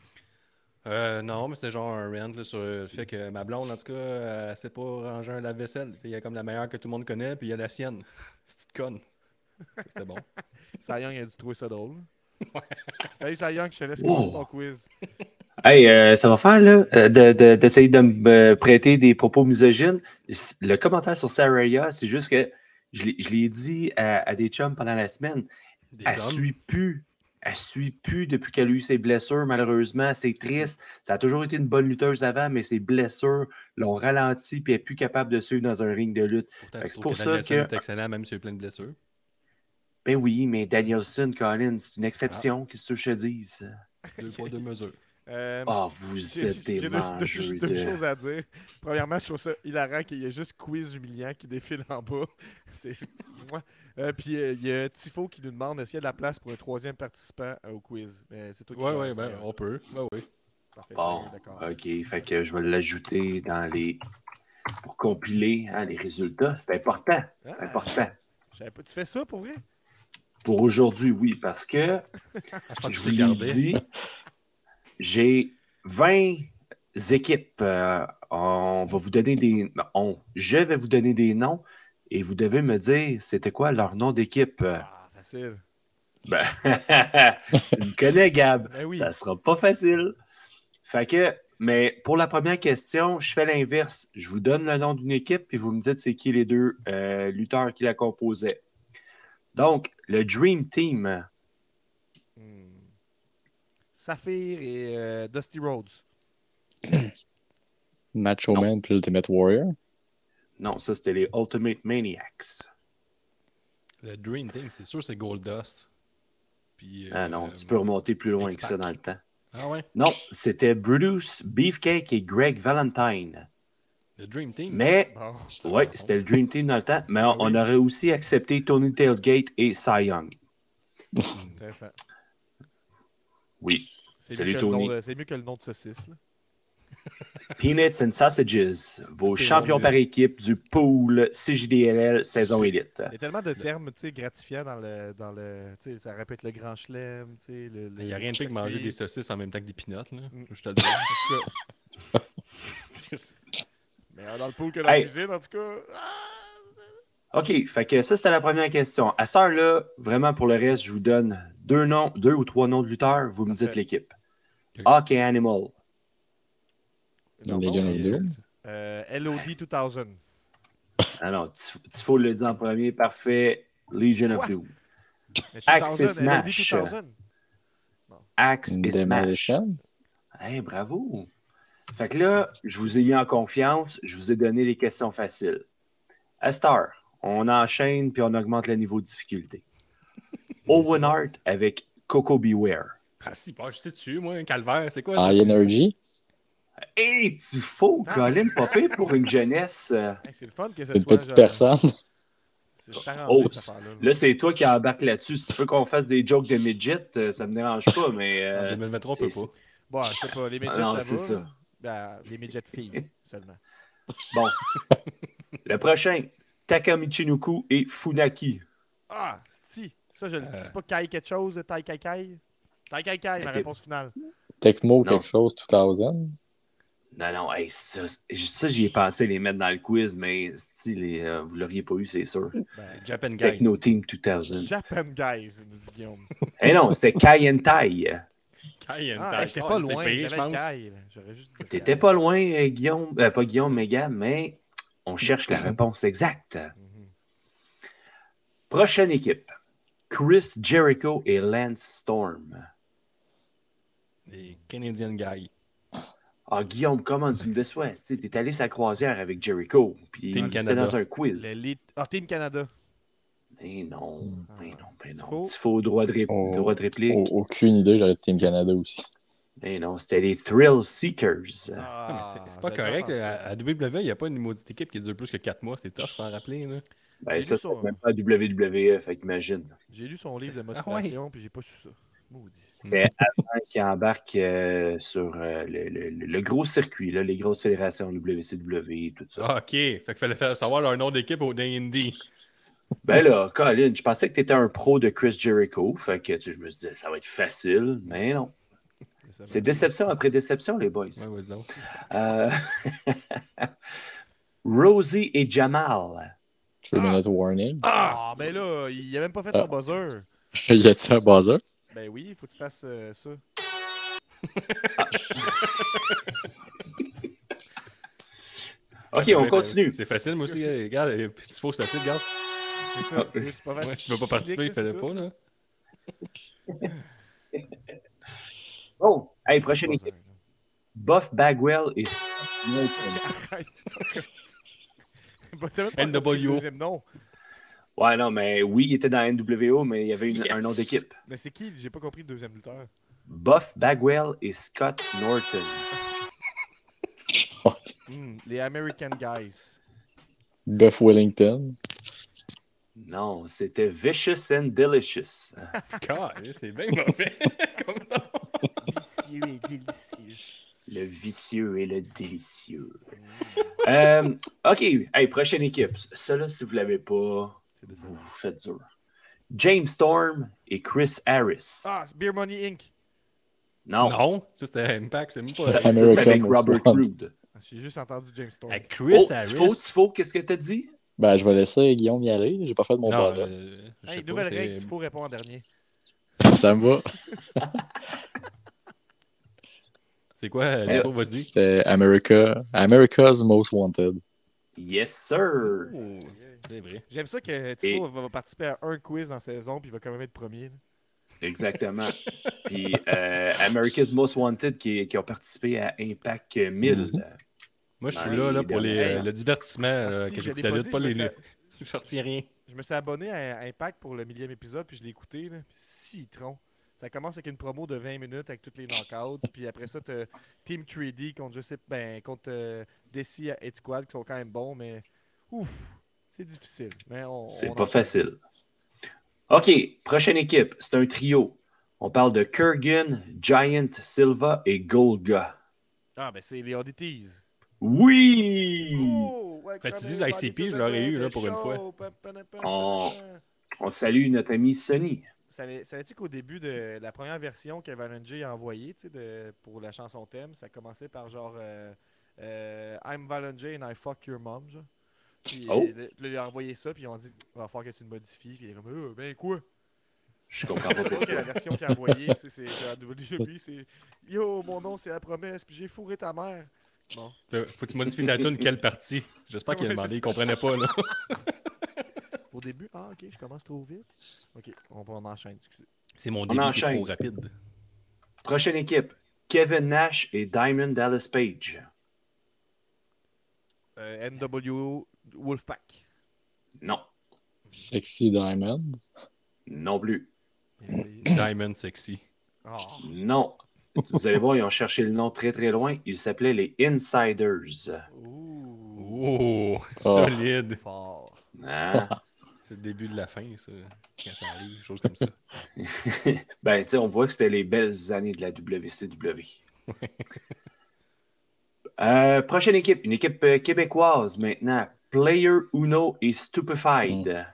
Non, mais c'était genre un rant là, sur le fait que ma blonde, en tout cas, elle sait pas ranger un lave-vaisselle. Il y a comme la meilleure que tout le monde connaît, puis il y a la sienne. C'est une conne. C'était bon. Cy Young a dû trouver ça drôle. Salut Cy Young, je te laisse commencer ton quiz. Hey, ça va faire là, d'essayer de me prêter des propos misogynes. Le commentaire sur Saraya, c'est juste que je l'ai dit à des chums pendant la semaine. Elle suit plus. Elle suit plus depuis qu'elle a eu ses blessures, malheureusement. C'est triste. Ça a toujours été une bonne lutteuse avant, mais ses blessures l'ont ralenti et elle n'est plus capable de suivre dans un ring de lutte. Pourtant, C'est pour ça que... est excellent, même s'il y a plein de blessures. Ben oui, mais Danielson, Colin, c'est une exception. Qu'est-ce que je te dis? 2 poids, 2 mesures. Vous êtes des mangeux deux choses à dire. Premièrement, je trouve ça hilarant qu'il y ait juste quiz humiliant qui défile en bas. C'est moi. Puis il y a Tifo qui nous demande est-ce qu'il y a de la place pour un troisième participant au quiz. C'est toi qui Ouais, on peut. Ouais, oui. Parfait, Bon, d'accord. OK. Fait que je vais l'ajouter dans les... pour compiler les résultats. C'est important. C'est important. Tu fais ça pour vrai? Pour aujourd'hui, oui, parce que je vous l'ai dit, j'ai 20 équipes. On va vous donner je vais vous donner des noms et vous devez me dire c'était quoi leur nom d'équipe. Facile. Ben, tu me connais, Gab. Ben oui. Ça sera pas facile. Fait que Mais pour la première question, je fais l'inverse. Je vous donne le nom d'une équipe, puis vous me dites c'est qui les deux lutteurs qui la composaient. Donc, le Dream Team. Saphir et Dusty Rhodes. Macho Man puis Ultimate Warrior. Non, ça, c'était les Ultimate Maniacs. Le Dream Team, c'est sûr, c'est Goldust. Puis, Ah non, tu peux remonter plus loin que X-Pac. ça dans le temps. Ah ouais? Non, c'était Brutus, Beefcake et Greg Valentine. Le Dream Team? Mais, Bon. ouais, c'était le Dream Team dans le temps. Mais Ah on oui. aurait aussi accepté Tony Tailgate et Cy Young. Intéressant. Oui. C'est Salut, mieux que le Tony. nom c'est mieux que le nom de saucisse. Là. Peanuts and Sausages, vos Ok, champions mon Dieu. par équipe du pool CJDLL saison élite. Il y a tellement de termes gratifiants dans le tu sais, ça aurait pu être le grand chelem. Tu sais, Il n'y a rien de pire que manger des circuit. saucisses en même temps que des peanuts, là. Mm. Je te le dis. En tout cas. Mais dans le pool que dans la Hey. cuisine, en tout cas. Ah! OK, fait que ça, c'était la première question. À cette heure-là, vraiment, pour le reste, je vous donne deux ou trois noms de lutteurs. Vous me dites Parfait. l'équipe. Ok. Hawk et Animal. Non, Legend non, of Doom. LOD 2000. Ah non, Tifo le dit en premier. Parfait. Legion of Quoi? Doom. Mais Axe et 2000, Smash. LOD 2000. Axe et Smash. Demolition. Hey, bravo. Fait que là, je vous ai mis en confiance. Je vous ai donné les questions faciles. À cette heure, on enchaîne puis on augmente le niveau de difficulté. Owen Hart avec Coco Beware. Ah si, bah, je sais dessus, moi, un calvaire. C'est quoi High ça? Energy. Hey, Tifo, Colin, pas pire pour une jeunesse. Hey, c'est le fun que ce Une soit. petite personne. C'est arrangé, Oh, cette affaire-là. là, c'est toi qui embarques là-dessus. Si tu veux qu'on fasse des jokes de midget, ça me dérange pas, mais. En 2023, on peut c'est- pas. Bon, je sais pas, les midgets, non, ça c'est va. ça. là. Ben, les midgets filles seulement. Bon. Le prochain, Takamichinuku et Funaki. Ah, si. Ça, je le dis. C'est pas Kai quelque chose, Tai Kai Kai. Tai Kai Kai, ma Ok. réponse finale. Tecmo Non. quelque chose 2000. Non, hey, ça, j'y ai pensé les mettre dans le quiz, mais si, vous l'auriez pas eu, c'est sûr. Ben, Japan Guys. Techno Team 2000. Japan Guys, nous dit Guillaume. Eh non, c'était Kai and Tai. Kai and Ah, Tai. j'étais Oh, pas c'était loin. payé, je J'avais le pense. Kai. Là. J'aurais juste dit T'étais Kai. pas loin, Guillaume. Pas Guillaume, mais Gab, mais on cherche la réponse exacte. Mhm. Prochaine équipe. Chris Jericho et Lance Storm. Les Canadian Guys. Ah, Guillaume, comment tu me déçois? Tu es allé sa croisière avec Jericho, puis Team c'était Canada. dans un quiz. Team Canada. Mais non, mais non, mais non. Tifo. Tifo, droit de réplique. Aucune idée, j'aurais dit Team Canada aussi. Mais non, c'était les Thrill Seekers. Ah, mais c'est pas j'avais correct. déjà là. entendu ça. À WWE, il n'y a pas une maudite équipe qui dure plus que 4 mois. C'est tough, sans rappeler. Là. Ben, J'ai ça, lu c'est ça. même pas WWE, fait qu'imagine. J'ai lu son livre de Ah motivation, puis j'ai pas su ça. Maudit. Mais avant qu'il embarque sur le gros circuit, là, les grosses fédérations WCW, tout ça. Ah, ok. Fait qu'il fallait faire savoir leur nom d'équipe au D&D. Ben là, Colin, je pensais que tu étais un pro de Chris Jericho, fait que je me disais, ça va être facile, mais non. C'est déception après déception, les boys. Ouais, vas-y donc. Euh, Rosie et Jamal. 3-minute warning. Ah, ben là, il a même pas fait son buzzer. Y a-t-il un buzzer? Ben oui, il faut que tu fasses ça. OK, Ouais, on ben, continue. C'est facile, moi aussi. Regarde, petit faux, c'est facile, regarde. C'est ça. C'est pas facile. Ouais, tu veux pas participer, Clique, là, fais-le c'est pas, tout. là. Bon, hey, prochaine Buzzer, équipe. Buff Bagwell et... Arrête. Bah, t'as même pas NWO. compris le deuxième nom. Ouais, non, mais oui, il était dans NWO, mais il y avait Yes. un nom d'équipe. Mais c'est qui? J'ai pas compris le deuxième lutteur. Buff Bagwell et Scott Norton. Les American Guys. Buff Wellington. Non, c'était Vicious and Delicious. C'est bien mauvais. Comme nom. Vicieux et délicieux. Le vicieux et le délicieux. OK, hey, prochaine équipe. Celle-là, si vous ne l'avez pas, vous vous faites dur. James Storm et Chris Harris. Ah, c'est Beer Money Inc. Non, Non, ça c'était Impact, c'est même pas. ça, American c'est avec Most Robert Wanted. Crude. J'ai juste entendu James Storm. Avec Chris Oh, Harris. Tifo, qu'est-ce que tu as dit? Ben, je vais laisser Guillaume y aller. J'ai pas fait de mon Non, buzzer. je sais Hey, pas, nouvelle c'est- règle, il faut répondre en dernier. Ça me va. C'est quoi, Disco, vas-y? C'était America's Most Wanted. Yes, sir! Oh, c'est vrai. J'aime ça que Timo va participer à un quiz dans la saison, puis il va quand même être premier. Là. Exactement. Puis America's Most Wanted qui ont participé à Impact 1000. Moi, je suis Dans là les pour dernières le divertissement Asti, que je l'ai j'écoutais pas là, dit, pas je me les... suis- Je retiens rien. Je me suis abonné à Impact pour le 1000e épisode, puis je l'ai écouté. Là, puis citron. Ça commence avec une promo de 20 minutes avec toutes les knockouts, puis après ça, t'as Team 3D contre, contre Desi et Squad qui sont quand même bons, mais ouf, c'est difficile. Mais C'est on pas en parle. facile. OK, prochaine équipe. C'est un trio. On parle de Kurgan, Giant, Silva et Golga. Ah, ben c'est les Oddities. Oui! Oh, ouais, Fait que tu comme dis everybody ICP, to je the l'aurais eu, way là, the pour une fois. show. On, on salue notre ami Sonny. Savais-tu qu'au début de la première version que Valentine a envoyée pour la chanson thème, ça commençait par genre I'm Valentine and I fuck your mom, genre. Puis Oh. il a envoyé ça, puis ils ont dit il va falloir que tu le modifies. Puis il est comme ben quoi? Je comprends Je pas sais pas que pourquoi. la version qu'il a envoyée, c'est la WWE, c'est Yo, mon nom c'est la promesse, puis j'ai fourré ta mère. Bon. Là, faut que tu modifies ta tune, quelle partie? J'espère qu'il a Ouais, demandé, c'est il comprenait pas, là. Au début, ok, je commence trop vite. Ok, on enchaîne, excusez. C'est mon On débit qui est enchaîne. trop rapide. Prochaine équipe. Kevin Nash et Diamond Dallas Page. NWO Wolfpack. Non. Sexy Diamond. Non plus. Diamond Sexy. Oh. Non. Vous allez voir, ils ont cherché le nom très très loin. Ils s'appelaient les Insiders. Oh, solide. Fort. Hein? C'est le début de la fin, ça. Quand ça arrive, chose comme ça. Ben, tu sais, on voit que c'était les belles années de la WCW. Prochaine équipe, une équipe québécoise maintenant. Player Uno et Stupefied.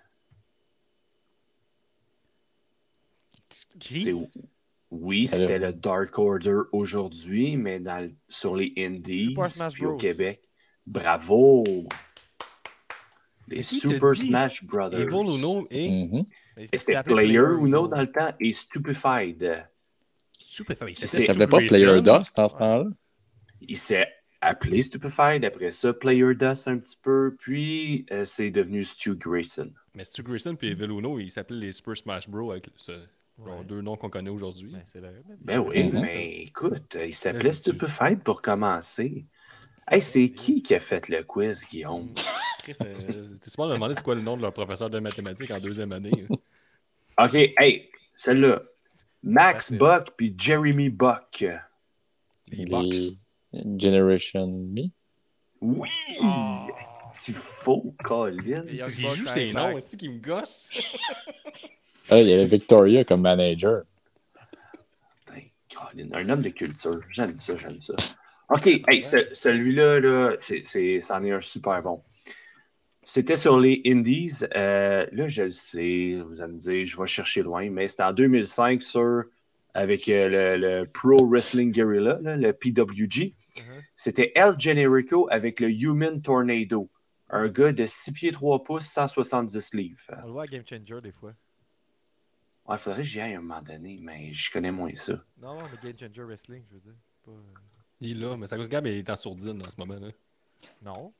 Qui? C'est- Oui, c'était le Dark Order aujourd'hui, mais sur les Indies Super Smash puis au Bros. Québec. Bravo! Les Mais qui Super te dit Smash Brothers. Evil Uno et Mhm. Et c'était Player Uno dans le temps et Stupefied. Stupefied. Ça s'appelait pas Player Dust en ce temps-là? Il s'est appelé Stupefied, après ça Player Dust un petit peu, puis c'est devenu Stu Grayson. Mais Stu Grayson puis Evil Uno, ils s'appelaient les Super Smash Bros. Avec genre deux noms qu'on connaît aujourd'hui. Ben, c'est vrai. Ben oui, Mhm. mais écoute, il s'appelait Stupefied pour commencer. Hey, c'est qui a fait le quiz, Guillaume? Chris, t'es souvent demandé c'est quoi le nom de leur professeur de mathématiques en deuxième année. OK, hey, celle-là. Max Facile. Buck puis Jeremy Buck. Les Box. Generation Me. Oui! C'est faux, Colin. Et Young J'ai Bucks, juste ces Impact. noms aussi qui me gossent. Ah, il y avait Victoria comme manager. Putain, Colin, un homme de culture. J'aime ça, j'aime ça. OK, hey, celui-là, là, c'en est un super bon. C'était sur les Indies. Là, je le sais, vous allez me dire, je vais chercher loin, mais c'était en 2005 avec le Pro Wrestling Guerrilla, là, le PWG. C'était El Generico avec le Human Tornado. Un gars de 6 pieds 3 pouces, 170 livres. On le voit à Game Changer des fois. Il faudrait que j'y aille à un moment donné, mais je connais moins ça. Non, mais Game Changer Wrestling, je veux dire. Pas, Il est là, mais ça cause Gab est en sourdine en ce moment. Là. Non.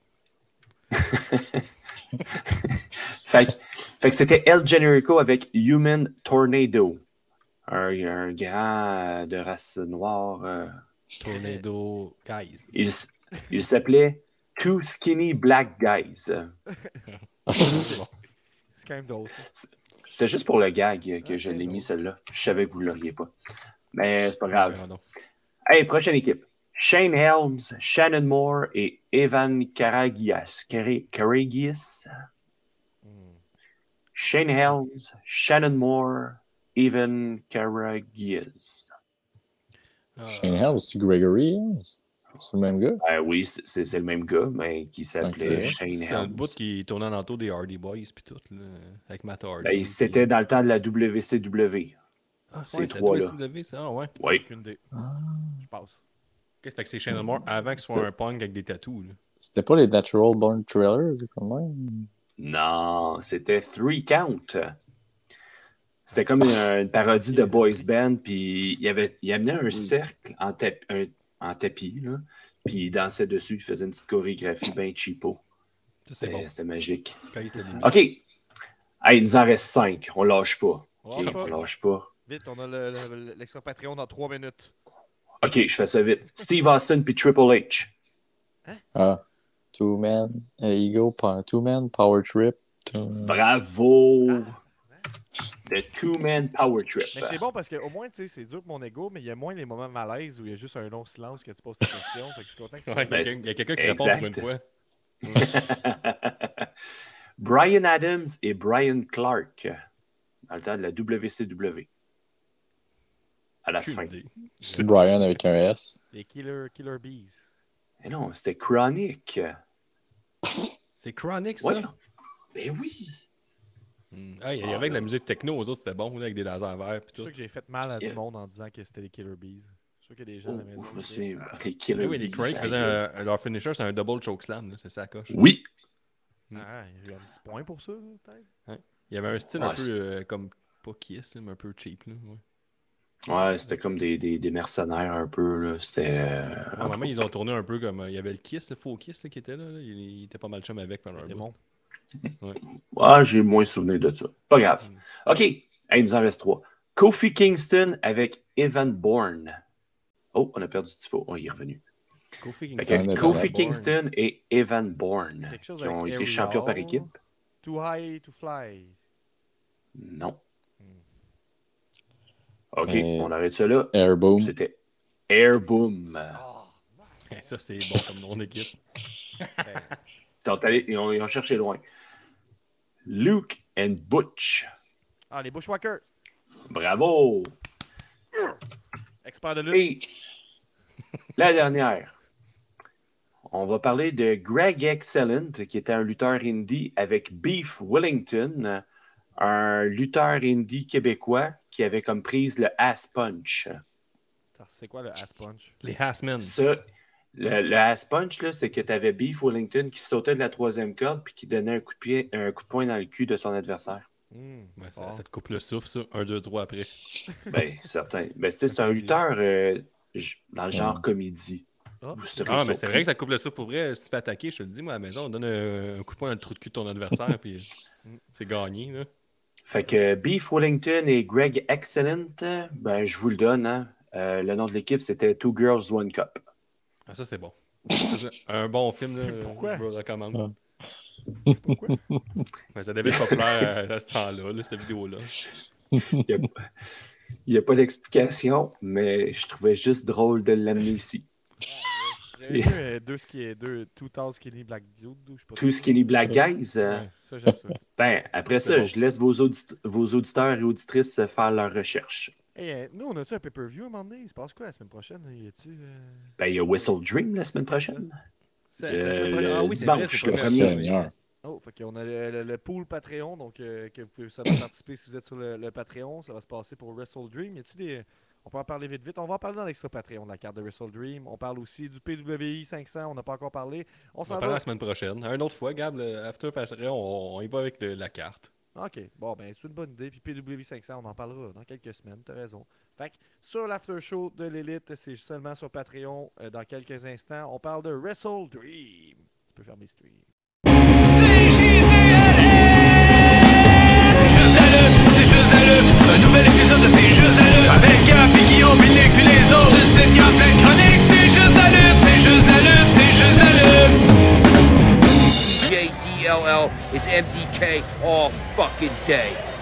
Fait que c'était El Generico avec Human Tornado. Un grand de race noire. Tornado Guys. Il s'appelait Two Skinny Black Guys. C'est quand même drôle. Ça. C'était juste pour le gag que je l'ai mis, celle-là. Je savais que vous ne l'auriez pas. Mais c'est pas grave. Non. Hey, prochaine équipe. Shane Helms, Shannon Moore et Evan Karagias. Karagias. Shane Helms, Shannon Moore, Evan Karagias. Shane Helms, c'est Gregory Helms? C'est le même gars? Oui, c'est le même gars, mais qui s'appelait Ok. Shane C'est un Helms. bout qui tournait en entour des Hardy Boys puis tout, là, avec Matt Hardy. Ben, c'était dans le temps de la WCW. ces trois-là. WCW, ça? Ah ouais. Oui. Aucune idée. Je passe. Qu'est-ce que c'est Shannon Moore avant qu'il soit un punk avec des tatous? Là. C'était pas les Natural Born Thrillers, comme même? Non, c'était Three Count. C'était comme une parodie de boys band, puis il amenait un cercle, en tapis, là. Puis il dansait dessus, il faisait une petite chorégraphie bien cheapo. C'était bon. C'était magique. Quand il se limite. OK. Hey, il nous en reste 5. On lâche pas. On lâche pas. On lâche pas. Vite, on a l'extra Patreon dans 3 minutes. OK, je fais ça vite. Steve Austin puis Triple H. Ah. Two-man power trip. Bravo! The Two-Man Power Trip. Mais c'est bon parce qu'au moins, tu sais, c'est dur pour mon ego, mais il y a moins les moments malaises où il y a juste un long silence quand tu poses ta question. Fait que je suis content que tu Ouais, il y a quelqu'un qui répond pour une fois. Brian Adams et Brian Clark dans le temps de la WCW. À la fin. Brian avec un S. Les Killer Bees. Mais non, c'était Chronic. C'est Chronic, ça? Ouais. Ben oui. Ah, il y avait de la musique techno, aux autres, c'était bon, là, avec des lasers verts. Je suis sûr que j'ai fait mal à du monde en disant que c'était les Killer Bees. Je suis sûr qu'il y a des gens à la maison. Je me souviens. Les Killer Bees. Oui, les Chronic faisaient leur finisher, c'est un double chokeslam, c'est ça, coche. Oui. Ah, il y a un petit point pour ça, peut-être. Ouais. Il y avait un style un peu comme, pas Kiss, mais un peu cheap. Là, ouais, c'était comme des mercenaires un peu. Là. C'était. Normalement, ils ont tourné un peu comme. Il y avait le Kiss, le faux Kiss là, qui était là. Il était pas mal chum avec pendant un bout. Ouais, j'ai moins souvenir de ça. Pas grave. OK. Hey, il nous en reste 3. Kofi Kingston avec Evan Bourne. Oh, on a perdu Tifo. Oh, il est revenu. Kofi Kingston et Evan Bourne qui ont été champions par équipe. Too high to fly. Non. OK, on arrête ça là. Airboom. C'était Airboom. Ça, c'est bon comme nom d'équipe. Ils ont cherché loin. Luke and Butch. Ah, les Bushwhackers. Bravo. Expert de lutte. Et la dernière. On va parler de Greg Excellent, qui était un lutteur indie avec Beef Wellington, un lutteur indie québécois qui avait comme prise le Ass Punch. C'est quoi le Ass Punch? Les Assmen. Ça, le Ass Punch, là, c'est que tu avais Beef Wellington qui sautait de la 3e corde puis qui donnait un coup de poing dans le cul de son adversaire. Ça te coupe le souffle, ça. 1, 2, 3 après. Ben, certain. Ben, c'est un lutteur dans le genre comédie. Mais c'est vrai que ça coupe le souffle pour vrai. Si tu te fais attaquer, je te le dis, moi, à la maison, on donne un coup de poing dans le trou de cul de ton adversaire, puis c'est gagné. Là. Fait que Beef Wellington et Greg Excellent, ben, je vous le donne. Hein. Le nom de l'équipe, c'était Two Girls, One Cup. Ah, ça, c'est bon. Un bon film, là, pourquoi? je vous le recommande. Pourquoi? Mais ça devait être populaire à ce temps-là, là, cette vidéo-là. Il n'y a pas d'explication, mais je trouvais juste drôle de l'amener ici. J'avais vu Two Tall Skinny Black Dude. Two Skinny Black Guys. Ouais, ça, j'aime ça. Ben, après ça, je laisse vos auditeurs et auditrices faire leurs recherches. Hey, nous, on a-tu un pay-per-view à un moment donné? Il se passe quoi la semaine prochaine? Ben, il y a Whistle Dream la semaine prochaine. Ah oui, c'est dimanche, vrai, le c'est 1er. Oh, fait qu'on a le pool Patreon, donc que vous pouvez seulement participer si vous êtes sur le Patreon. Ça va se passer pour Wrestle Dream. Y a-tu des... On peut en parler vite. On va en parler dans l'extra Patreon de la carte de Wrestle Dream. On parle aussi du PWI 500. On n'a pas encore parlé. On s'en va la semaine prochaine. Une autre fois, Gab, After Patreon, on y va avec la carte. OK. Bon, ben, c'est une bonne idée. Puis PWI 500, on en parlera dans quelques semaines. T'as raison. Fait que sur l'After Show de l'Élite, c'est seulement sur Patreon dans quelques instants. On parle de Wrestle Dream. Tu peux fermer le stream. Un nouvel épisode de C'est juste la lutte. Avec Gap et Guillaume, Binic puis les autres. Le site Gap, plein de chroniques. C'est juste la lutte, c'est juste la lutte, c'est juste la lutte. JDLL is MDK all fucking day.